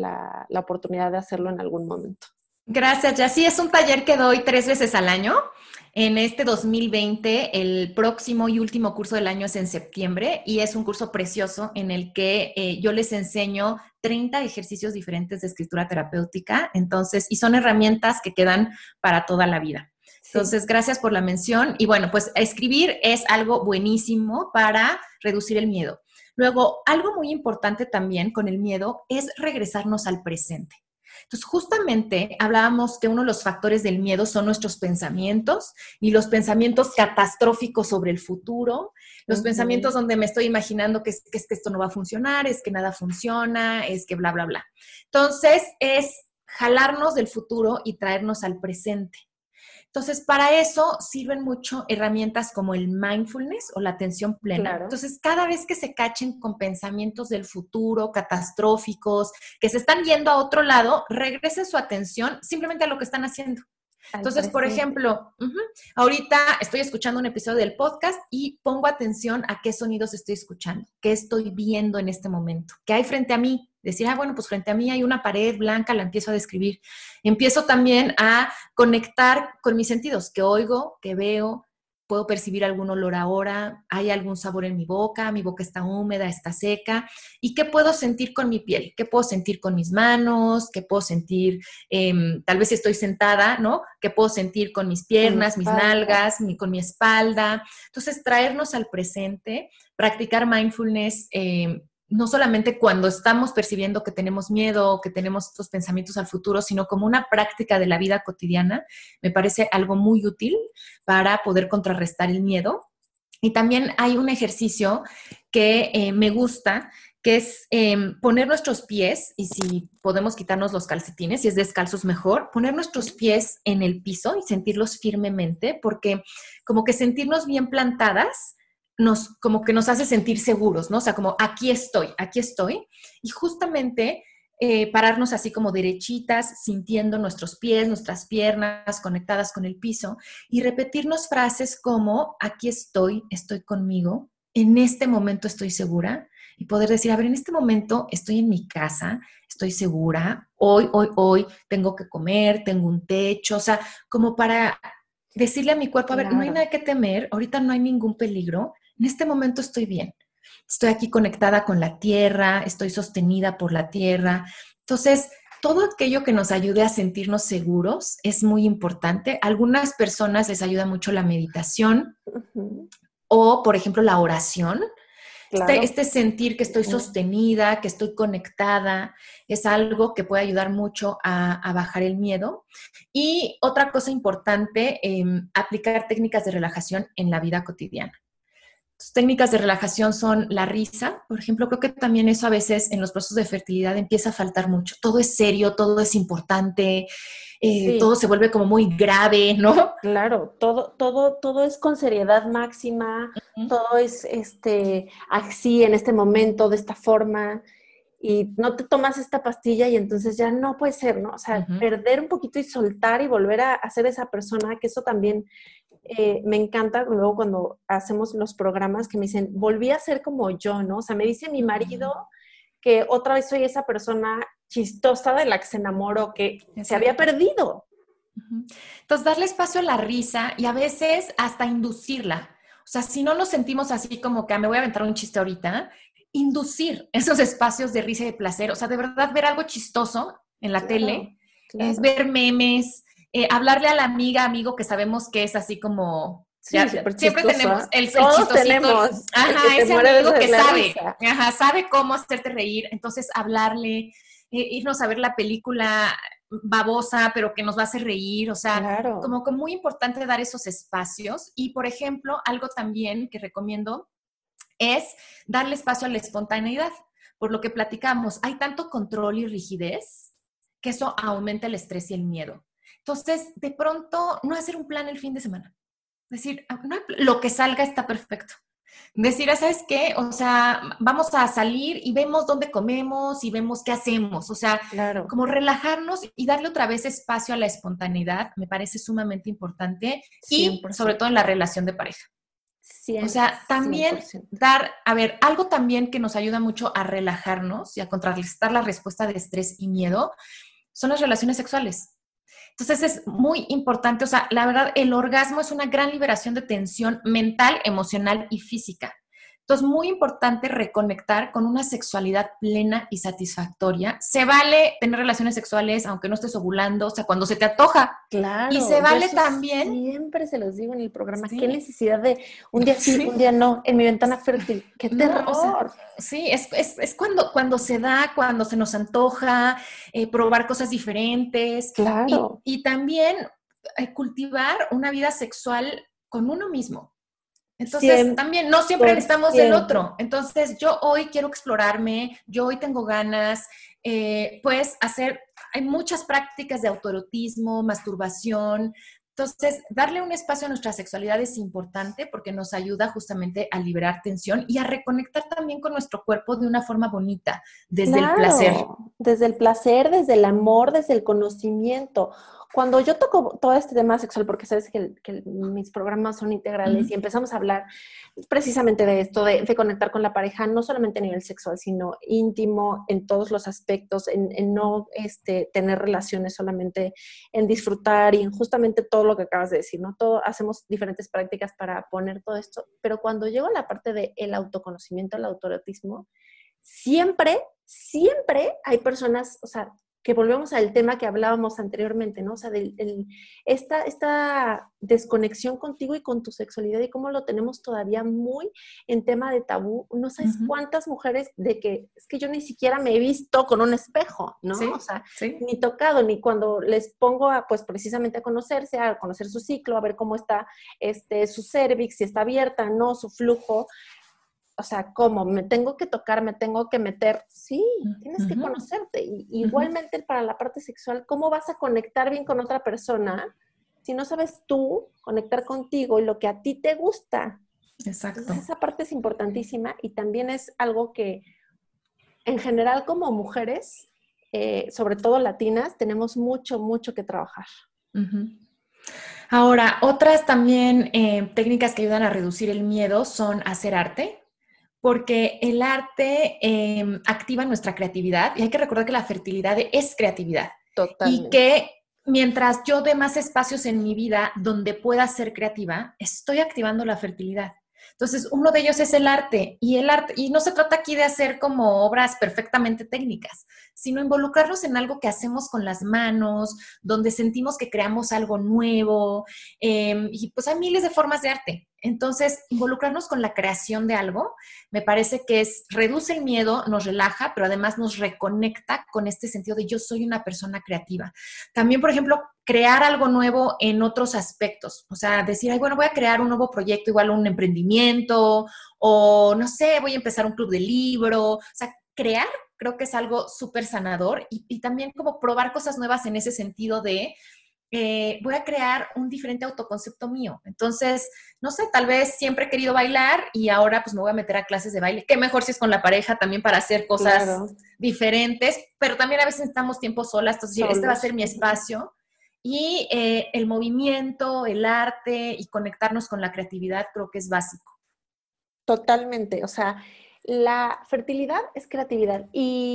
Speaker 1: la oportunidad de hacerlo en algún momento.
Speaker 2: Gracias, Jessy. Es un taller que doy 3 veces al año. En este 2020, el próximo y último curso del año es en septiembre y es un curso precioso en el que yo les enseño 30 ejercicios diferentes de escritura terapéutica. Entonces, y son herramientas que quedan para toda la vida.
Speaker 1: Sí.
Speaker 2: Entonces, gracias por la mención. Y bueno, pues escribir es algo buenísimo para reducir el miedo. Luego, algo muy importante también con el miedo es regresarnos al presente. Entonces, justamente hablábamos que uno de los factores del miedo son nuestros pensamientos y los pensamientos catastróficos sobre el futuro, los pensamientos donde me estoy imaginando que que esto no va a funcionar, es que nada funciona, es que bla, bla, bla. Entonces, es jalarnos del futuro y traernos al presente. Entonces, para eso sirven mucho herramientas como el mindfulness o la atención plena.
Speaker 1: Claro.
Speaker 2: Entonces, cada vez que se cachen con pensamientos del futuro, catastróficos, que se están yendo a otro lado, regresen su atención simplemente a lo que están haciendo. Entonces, por ejemplo, ahorita estoy escuchando un episodio del podcast y pongo atención a qué sonidos estoy escuchando, qué estoy viendo en este momento, qué hay frente a mí. Decir, bueno, pues frente a mí hay una pared blanca, la empiezo a describir. Empiezo también a conectar con mis sentidos, que oigo, que veo, puedo percibir algún olor ahora, hay algún sabor en mi boca está húmeda, está seca. ¿Y qué puedo sentir con mi piel? ¿Qué puedo sentir con mis manos? ¿Qué puedo sentir, tal vez si estoy sentada, ¿no? ¿Qué puedo sentir con mis piernas, mis nalgas, con mi espalda? Entonces, traernos al presente, practicar mindfulness, no solamente cuando estamos percibiendo que tenemos miedo, que tenemos estos pensamientos al futuro, sino como una práctica de la vida cotidiana, me parece algo muy útil para poder contrarrestar el miedo. Y también hay un ejercicio que me gusta, que es poner nuestros pies, y si podemos quitarnos los calcetines, si es descalzos mejor, poner nuestros pies en el piso y sentirlos firmemente, porque como que sentirnos bien plantadas, como que nos hace sentir seguros, ¿no? O sea, como aquí estoy, y justamente pararnos así como derechitas, sintiendo nuestros pies, nuestras piernas conectadas con el piso y repetirnos frases como aquí estoy conmigo, en este momento estoy segura y poder decir, a ver, en este momento estoy en mi casa, estoy segura, hoy tengo que comer, tengo un techo, o sea, como para decirle a mi cuerpo, a ver, no hay nada que temer, ahorita no hay ningún peligro, en este momento estoy bien. Estoy aquí conectada con la tierra, estoy sostenida por la tierra. Entonces, todo aquello que nos ayude a sentirnos seguros es muy importante. A algunas personas les ayuda mucho la meditación o, por ejemplo, la oración. Claro. Este sentir que estoy sostenida, que estoy conectada, es algo que puede ayudar mucho a bajar el miedo. Y otra cosa importante, aplicar técnicas de relajación en la vida cotidiana. Tus técnicas de relajación son la risa, por ejemplo. Creo que también eso a veces en los procesos de fertilidad empieza a faltar mucho. Todo es serio, todo es importante,
Speaker 1: Sí,
Speaker 2: todo se vuelve como muy grave, ¿no?
Speaker 1: claro, todo es con seriedad máxima,
Speaker 2: Ujú.
Speaker 1: todo es así en este momento, de esta forma, y no te tomas esta pastilla y entonces ya no puede ser, ¿no? O sea,
Speaker 2: Ujú.
Speaker 1: perder un poquito y soltar y volver a ser esa persona, que eso también me encanta luego cuando hacemos los programas que me dicen, volví a ser como yo, ¿no? O sea, me dice mi marido que otra vez soy esa persona chistosa de la que se enamoró, que se había
Speaker 2: Exacto.
Speaker 1: perdido.
Speaker 2: Ujú. Entonces, darle espacio a la risa y a veces hasta inducirla. O sea, si no nos sentimos así como que me voy a aventar un chiste ahorita, inducir esos espacios de risa y de placer. O sea, de verdad ver algo chistoso en la
Speaker 1: Claro,
Speaker 2: tele, es
Speaker 1: claro.
Speaker 2: ver memes, hablarle a la amiga, amigo que sabemos que es así como,
Speaker 1: Sí,
Speaker 2: ya,
Speaker 1: súper
Speaker 2: siempre tenemos
Speaker 1: chistosa.
Speaker 2: el
Speaker 1: Todos
Speaker 2: chistosito,
Speaker 1: tenemos el que
Speaker 2: ajá,
Speaker 1: se
Speaker 2: ese
Speaker 1: muere
Speaker 2: amigo
Speaker 1: de
Speaker 2: que
Speaker 1: la
Speaker 2: sabe,
Speaker 1: risa.
Speaker 2: ajá, sabe cómo hacerte reír. Entonces, hablarle, irnos a ver la película babosa, pero que nos va a hacer reír, o sea,
Speaker 1: Claro.
Speaker 2: como que muy importante dar esos espacios. Y, por ejemplo, algo también que recomiendo es darle espacio a la espontaneidad. Por lo que platicamos, hay tanto control y rigidez que eso aumenta el estrés y el miedo. Entonces, de pronto, no hacer un plan el fin de semana. Es decir, no, lo que salga está perfecto. Decir, ¿sabes qué? O sea, vamos a salir y vemos dónde comemos y vemos qué hacemos. O sea,
Speaker 1: Claro,
Speaker 2: como relajarnos y darle otra vez espacio a la espontaneidad me parece sumamente importante
Speaker 1: cien
Speaker 2: y
Speaker 1: por
Speaker 2: sobre todo
Speaker 1: ciento,
Speaker 2: en la relación de pareja. O sea,
Speaker 1: cien por
Speaker 2: también
Speaker 1: ciento.
Speaker 2: dar, a ver, algo también que nos ayuda mucho a relajarnos y a contrarrestar la respuesta de estrés y miedo son las relaciones sexuales. Entonces es muy importante, o sea, la verdad, el orgasmo es una gran liberación de tensión mental, emocional y física. Entonces, muy importante reconectar con una sexualidad plena y satisfactoria. Se vale tener relaciones sexuales aunque no estés ovulando, o sea, cuando se te antoja. Y
Speaker 1: Claro,
Speaker 2: se
Speaker 1: yo
Speaker 2: vale
Speaker 1: eso
Speaker 2: también,
Speaker 1: siempre se los digo en el programa. Qué
Speaker 2: sí,
Speaker 1: necesidad de un día sí, un
Speaker 2: sí,
Speaker 1: día no, en mi ventana fértil. ¡Qué
Speaker 2: no, o sea,
Speaker 1: terror!
Speaker 2: sí, es cuando se da, cuando se nos antoja, probar cosas diferentes
Speaker 1: Claro,
Speaker 2: y también cultivar una vida sexual con uno mismo. Entonces,
Speaker 1: cien
Speaker 2: también no siempre
Speaker 1: por
Speaker 2: necesitamos del
Speaker 1: ciento.
Speaker 2: otro. Entonces, yo hoy quiero explorarme, yo hoy tengo ganas, pues hacer, hay muchas prácticas de autoerotismo, masturbación. Entonces, darle un espacio a nuestra sexualidad es importante porque nos ayuda justamente a liberar tensión y a reconectar también con nuestro cuerpo de una forma bonita, desde el placer.
Speaker 1: Claro, desde el placer, desde el amor, desde el conocimiento. Cuando yo toco todo este tema sexual, porque sabes que mis programas son integrales y
Speaker 2: Ujú.
Speaker 1: empezamos a hablar precisamente de esto, de conectar con la pareja, no solamente a nivel sexual, sino íntimo en todos los aspectos, en no tener relaciones solamente, en disfrutar y en justamente todo lo que acabas de decir, ¿no? Todo, hacemos diferentes prácticas para poner todo esto, pero cuando llego a la parte del autoconocimiento, el autoerotismo, siempre hay personas, o sea, que volvemos al tema que hablábamos anteriormente, ¿no? O sea, esta desconexión contigo y con tu sexualidad y cómo lo tenemos todavía muy en tema de tabú. No sabes
Speaker 2: Ujú.
Speaker 1: cuántas mujeres de que es que yo ni siquiera me he visto con un espejo, ¿no? O
Speaker 2: Sí,
Speaker 1: sea,
Speaker 2: sí.
Speaker 1: ni tocado, ni cuando les pongo a, pues precisamente a conocerse, a conocer su ciclo, a ver cómo está su cervix, si está abierta, no, su flujo, o sea, ¿cómo? ¿Me tengo que tocar? ¿Me tengo que meter? Sí, tienes que
Speaker 2: Ujú,
Speaker 1: conocerte. Y
Speaker 2: ujú.
Speaker 1: igualmente para la parte sexual, ¿cómo vas a conectar bien con otra persona si no sabes tú conectar contigo y lo que a ti te gusta?
Speaker 2: Exacto.
Speaker 1: Entonces esa parte es importantísima y también es algo que en general como mujeres, sobre todo latinas, tenemos mucho que trabajar.
Speaker 2: Ujú. Ahora, otras también técnicas que ayudan a reducir el miedo son hacer arte, porque el arte activa nuestra creatividad y hay que recordar que la fertilidad es creatividad y
Speaker 1: Totalmente.
Speaker 2: que mientras yo dé más espacios en mi vida donde pueda ser creativa, estoy activando la fertilidad. Entonces, uno de ellos es el arte, y no se trata aquí de hacer como obras perfectamente técnicas, sino involucrarnos en algo que hacemos con las manos, donde sentimos que creamos algo nuevo, y pues hay miles de formas de arte. Entonces, involucrarnos con la creación de algo, me parece que reduce el miedo, nos relaja, pero además nos reconecta con este sentido de yo soy una persona creativa. También, por ejemplo, crear algo nuevo en otros aspectos. O sea, decir, ay, bueno, voy a crear un nuevo proyecto, igual un emprendimiento, o no sé, voy a empezar un club de libro. O sea, crear creo que es algo súper sanador y también como probar cosas nuevas en ese sentido de voy a crear un diferente autoconcepto mío. Entonces, no sé, tal vez siempre he querido bailar y ahora pues me voy a meter a clases de baile. Qué mejor si es con la pareja también para hacer cosas
Speaker 1: Claro,
Speaker 2: diferentes, pero también a veces necesitamos tiempo solas. Entonces, este va a
Speaker 1: solos.
Speaker 2: ser mi espacio. Y el movimiento, el arte y conectarnos con la creatividad creo que es básico.
Speaker 1: Totalmente, o sea, la fertilidad es creatividad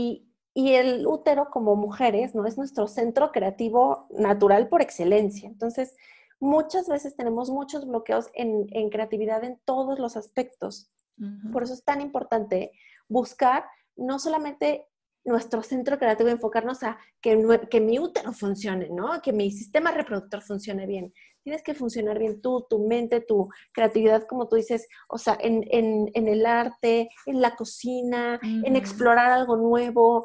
Speaker 1: y el útero como mujeres, ¿no? Es nuestro centro creativo natural por excelencia. Entonces, muchas veces tenemos muchos bloqueos en creatividad en todos los aspectos.
Speaker 2: Uh-huh.
Speaker 1: Por eso es tan importante buscar no solamente nuestro centro creativo, enfocarnos a que mi útero funcione, ¿no? Que mi sistema reproductor funcione bien. Tienes que funcionar bien tú, tu mente, tu creatividad, como tú dices, o sea, en el arte, en la cocina, en
Speaker 2: Uh-huh.
Speaker 1: explorar algo nuevo,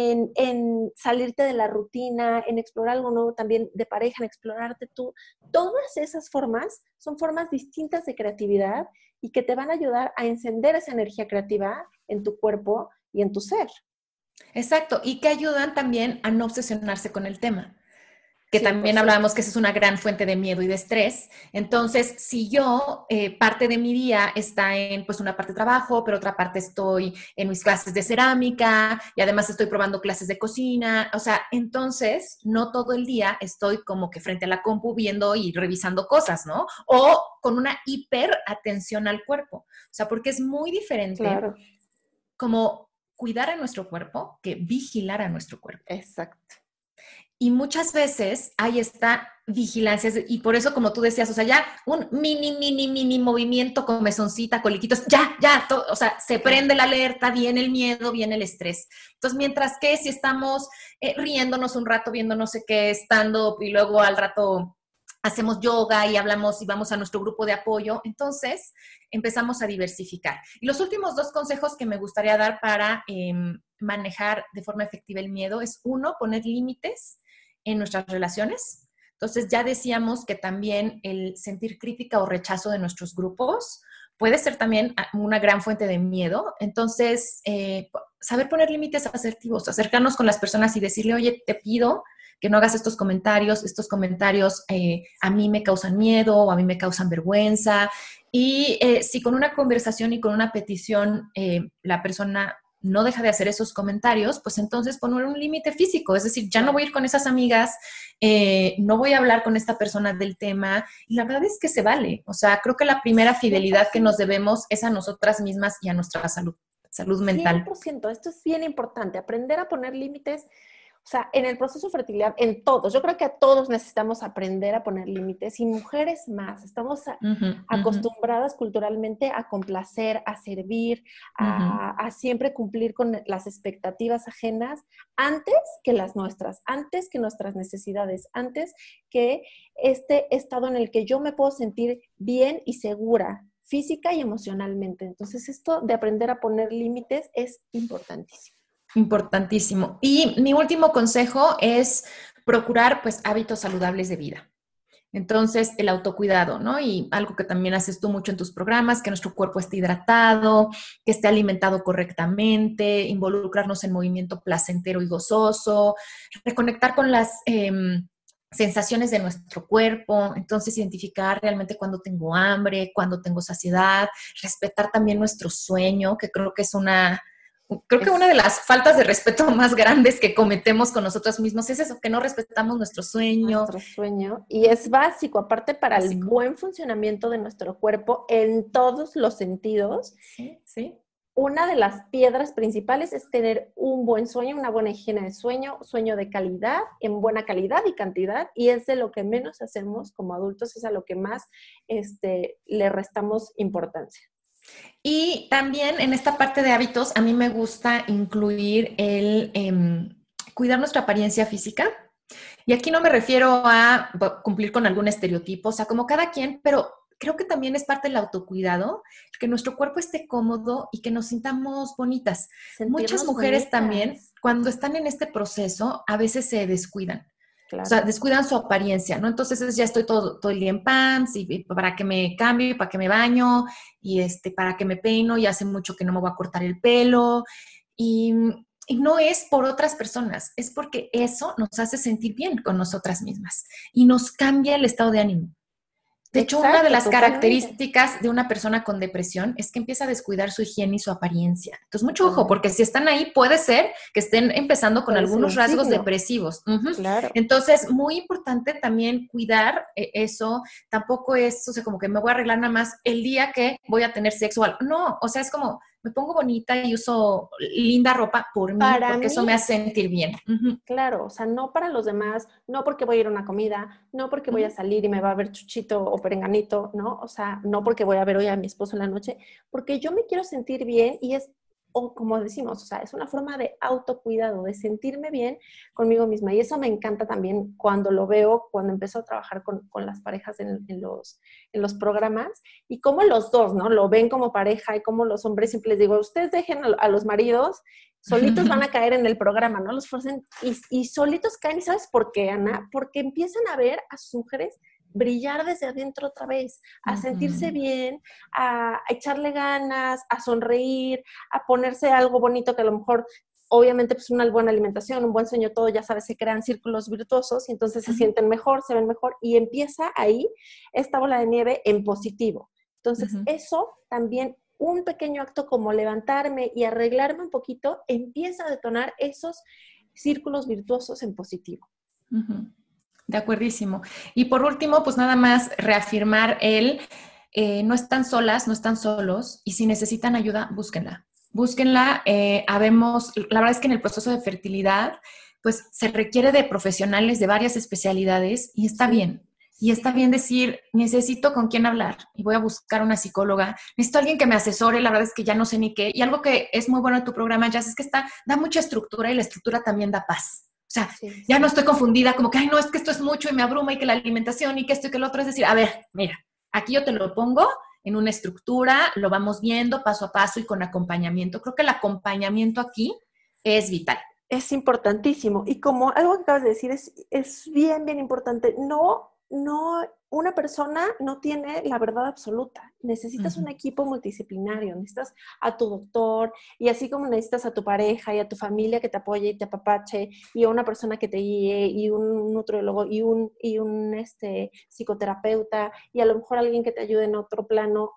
Speaker 1: en salirte de la rutina, en explorar algo nuevo también de pareja, en explorarte tú. Todas esas formas son formas distintas de creatividad y que te van a ayudar a encender esa energía creativa en tu cuerpo y en tu ser.
Speaker 2: Exacto, y que ayudan también a no obsesionarse con el tema, que también
Speaker 1: 100%.
Speaker 2: hablábamos que esa es una gran fuente de miedo y de estrés. Entonces, si yo parte de mi día está en pues una parte de trabajo, pero otra parte estoy en mis clases de cerámica y además estoy probando clases de cocina, o sea, entonces no todo el día estoy como que frente a la compu viendo y revisando cosas, ¿no? O con una hiper atención al cuerpo. O sea, porque es muy diferente
Speaker 1: Claro,
Speaker 2: como cuidar a nuestro cuerpo que vigilar a nuestro cuerpo.
Speaker 1: exacto.
Speaker 2: Y muchas veces hay esta vigilancia y por eso, como tú decías, o sea, ya un mini movimiento, comezoncita, coliquitos, ya, todo, o sea, se
Speaker 1: Ya.
Speaker 2: prende la alerta, viene el miedo, viene el estrés. Entonces, mientras que si estamos riéndonos un rato, viendo no sé qué, stand-up y luego al rato hacemos yoga y hablamos y vamos a nuestro grupo de apoyo, entonces empezamos a diversificar. Y los últimos dos consejos que me gustaría dar para manejar de forma efectiva el miedo es uno, poner límites en nuestras relaciones. Entonces ya decíamos que también el sentir crítica o rechazo de nuestros grupos puede ser también una gran fuente de miedo. Entonces, saber poner límites asertivos, acercarnos con las personas y decirle, oye, te pido que no hagas estos comentarios a mí me causan miedo o a mí me causan vergüenza. Y si con una conversación y con una petición la persona no deja de hacer esos comentarios, pues entonces poner un límite físico, es decir, ya no voy a ir con esas amigas, no voy a hablar con esta persona del tema, y la verdad es que se vale, o sea, creo que la primera fidelidad que nos debemos es a nosotras mismas y a nuestra salud mental.
Speaker 1: 100%, esto es bien importante, aprender a poner límites. O sea, en el proceso de fertilidad, en todos, yo creo que a todos necesitamos aprender a poner límites y mujeres más. Estamos
Speaker 2: Uh-huh, uh-huh,
Speaker 1: acostumbradas culturalmente a complacer, a servir,
Speaker 2: uh-huh.
Speaker 1: a siempre cumplir con las expectativas ajenas antes que las nuestras, antes que nuestras necesidades, antes que este estado en el que yo me puedo sentir bien y segura física y emocionalmente. Entonces, esto de aprender a poner límites es importantísimo.
Speaker 2: Importantísimo. Y mi último consejo es procurar pues hábitos saludables de vida. Entonces, el autocuidado, ¿no? Y algo que también haces tú mucho en tus programas, que nuestro cuerpo esté hidratado, que esté alimentado correctamente, involucrarnos en movimiento placentero y gozoso, reconectar con las sensaciones de nuestro cuerpo, entonces identificar realmente cuando tengo hambre, cuando tengo saciedad, respetar también nuestro sueño, que creo que es creo que una de
Speaker 1: Es
Speaker 2: las faltas de respeto más grandes que cometemos con nosotros mismos es eso, que no respetamos nuestro sueño
Speaker 1: nuestro sueño y es básico, aparte para el
Speaker 2: básico.
Speaker 1: buen funcionamiento de nuestro cuerpo en todos los sentidos.
Speaker 2: Sí, sí.
Speaker 1: Una de las piedras principales es tener un buen sueño, una buena higiene de sueño, sueño de calidad, en buena calidad y cantidad, y es de lo que menos hacemos como adultos, es a lo que más le restamos importancia.
Speaker 2: Y también en esta parte de hábitos, a mí me gusta incluir el cuidar nuestra apariencia física. Y aquí no me refiero a cumplir con algún estereotipo, o sea, como cada quien, pero creo que también es parte del autocuidado, que nuestro cuerpo esté cómodo y que nos sintamos bonitas. Muchas
Speaker 1: Sentirnos
Speaker 2: mujeres también,
Speaker 1: bonitas.
Speaker 2: cuando están en este proceso, a veces se descuidan. O sea,
Speaker 1: Claro.
Speaker 2: descuidan su apariencia, ¿no? Entonces ya estoy todo el día en pants y para que me cambio, para que me baño y para que me peino y hace mucho que no me voy a cortar el pelo y, y no es por otras personas, es porque eso nos hace sentir bien con nosotras mismas y nos cambia el estado de ánimo. De hecho, una de
Speaker 1: Exacto,
Speaker 2: las
Speaker 1: totalmente.
Speaker 2: características de una persona con depresión es que empieza a descuidar su higiene y su apariencia. Entonces, mucho ojo,
Speaker 1: Totalmente.
Speaker 2: porque si están ahí, puede ser que estén empezando con
Speaker 1: Puede ser
Speaker 2: algunos
Speaker 1: un
Speaker 2: rasgos
Speaker 1: signo,
Speaker 2: depresivos. Ujú.
Speaker 1: claro.
Speaker 2: Entonces, muy importante también cuidar eso. Tampoco es, o sea, como que me voy a arreglar nada más el día que voy a tener sexo o algo. No, o sea, es como me pongo bonita y uso linda ropa por mí,
Speaker 1: Para
Speaker 2: porque eso me
Speaker 1: mí,
Speaker 2: hace sentir bien. Ujú,
Speaker 1: claro, o sea, no para los demás, no porque voy a ir a una comida, no porque voy a
Speaker 2: ujú,
Speaker 1: salir y me va a ver Chuchito o Perenganito, ¿no? O sea, no porque voy a ver hoy a mi esposo en la noche, porque yo me quiero sentir bien y es, o como decimos, o sea, es una forma de autocuidado, de sentirme bien conmigo misma. Y eso me encanta también cuando lo veo, cuando empiezo a trabajar con las parejas en los programas y cómo los dos, ¿no? Lo ven como pareja y cómo los hombres siempre les digo, ustedes dejen a los maridos solitos van a caer en el programa, ¿no? Los forcen y solitos caen. ¿Y sabes por qué, Ana? Porque empiezan a ver a sus mujeres brillar desde adentro otra vez, a sentirse
Speaker 2: ujú,
Speaker 1: bien, a echarle ganas, a sonreír, a ponerse algo bonito que a lo mejor, obviamente, pues una buena alimentación, un buen sueño, todo, ya sabes, se crean círculos virtuosos y entonces se
Speaker 2: ujú,
Speaker 1: sienten mejor, se ven mejor y empieza ahí esta bola de nieve en positivo. Entonces,
Speaker 2: ujú.
Speaker 1: eso también un pequeño acto como levantarme y arreglarme un poquito empieza a detonar esos círculos virtuosos en positivo.
Speaker 2: Ujú. De acuerdísimo. Y por último, pues nada más reafirmar no están solas, no están solos, y si necesitan ayuda, búsquenla. Búsquenla, la verdad es que en el proceso de fertilidad, pues se requiere de profesionales de varias especialidades y está
Speaker 1: Sí,
Speaker 2: bien. Y está bien decir, necesito con quién hablar y voy a buscar una psicóloga. Necesito alguien que me asesore, la verdad es que ya no sé ni qué. Y algo que es muy bueno en tu programa, ya es que da mucha estructura y la estructura también da paz. O sea,
Speaker 1: sí,
Speaker 2: ya no
Speaker 1: sí.
Speaker 2: estoy confundida, como que, ay, no, es que esto es mucho y me abruma y que la alimentación y que esto y que lo otro. Es decir, a ver, mira, aquí yo te lo pongo en una estructura, lo vamos viendo paso a paso y con acompañamiento. Creo que el acompañamiento aquí es vital.
Speaker 1: Es importantísimo. Y como algo que acabas de decir es bien, bien importante. Una persona no tiene la verdad absoluta. Necesitas
Speaker 2: Ujú,
Speaker 1: un equipo multidisciplinario, necesitas a tu doctor y así como necesitas a tu pareja y a tu familia que te apoye y te apapache y a una persona que te guíe y un nutriólogo y un psicoterapeuta y a lo mejor alguien que te ayude en otro plano.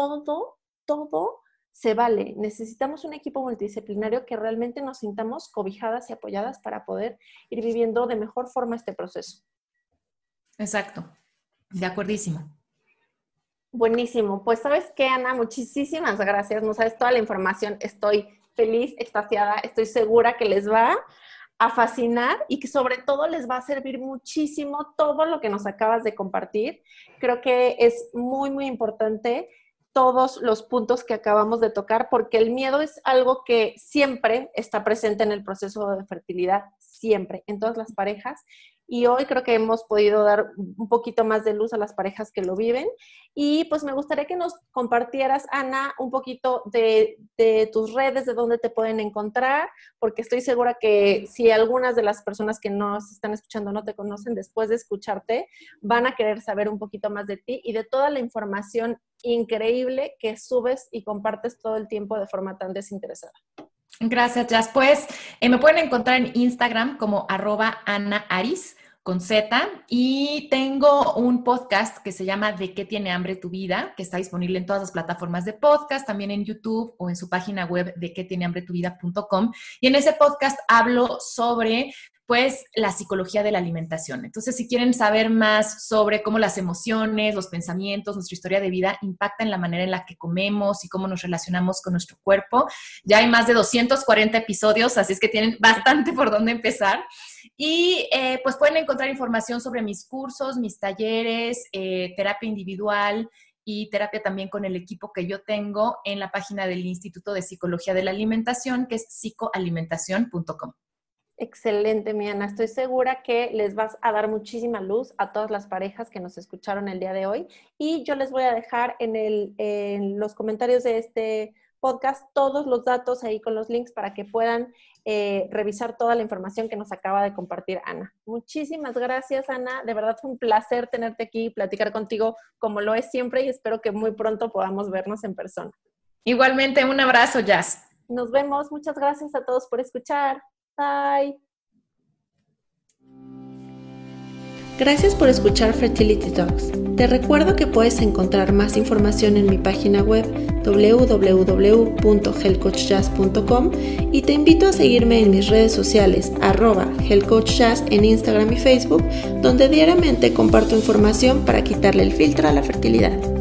Speaker 1: Todo se vale. Necesitamos un equipo multidisciplinario que realmente nos sintamos cobijadas y apoyadas para poder ir viviendo de mejor forma este proceso.
Speaker 2: exacto, de acuerdísimo.
Speaker 1: Buenísimo. Pues sabes qué, Ana, muchísimas gracias. No sabes toda la información. Estoy feliz, extasiada. Estoy segura que les va a fascinar y que sobre todo les va a servir muchísimo todo lo que nos acabas de compartir. Creo que es muy, muy importante todos los puntos que acabamos de tocar, porque el miedo es algo que siempre está presente en el proceso de fertilidad, siempre, en todas las parejas. Y hoy creo que hemos podido dar un poquito más de luz a las parejas que lo viven. Y pues me gustaría que nos compartieras, Ana, un poquito de tus redes, de dónde te pueden encontrar, porque estoy segura que si algunas de las personas que nos están escuchando no te conocen, después de escucharte, van a querer saber un poquito más de ti y de toda la información increíble que subes y compartes todo el tiempo de forma tan desinteresada.
Speaker 2: Gracias, Jazz. Pues me pueden encontrar en Instagram como @AnaAris con Z y tengo un podcast que se llama ¿De qué tiene hambre tu vida? Que está disponible en todas las plataformas de podcast, también en YouTube o en su página web de qué tiene hambre tu vida.com. Y en ese podcast hablo sobre pues la psicología de la alimentación. Entonces, si quieren saber más sobre cómo las emociones, los pensamientos, nuestra historia de vida impactan la manera en la que comemos y cómo nos relacionamos con nuestro cuerpo, ya hay más de 240 episodios, así es que tienen bastante por dónde empezar. Y pues pueden encontrar información sobre mis cursos, mis talleres, terapia individual y terapia también con el equipo que yo tengo en la página del Instituto de Psicología de la Alimentación, que es psicoalimentación.com.
Speaker 1: Excelente, mi Ana. Estoy segura que les vas a dar muchísima luz a todas las parejas que nos escucharon el día de hoy. Y yo les voy a dejar en los comentarios de este podcast todos los datos ahí con los links para que puedan revisar toda la información que nos acaba de compartir Ana. Muchísimas gracias, Ana. De verdad fue un placer tenerte aquí y platicar contigo como lo es siempre y espero que muy pronto podamos vernos en persona.
Speaker 2: Igualmente, un abrazo, Jazz.
Speaker 1: Nos vemos. Muchas gracias a todos por escuchar. Bye. Gracias por escuchar Fertility Talks. Te recuerdo que puedes encontrar más información en mi página web www.healthcoachjazz.com y te invito a seguirme en mis redes sociales @healthcoachjazz en Instagram y Facebook, donde diariamente comparto información para quitarle el filtro a la fertilidad.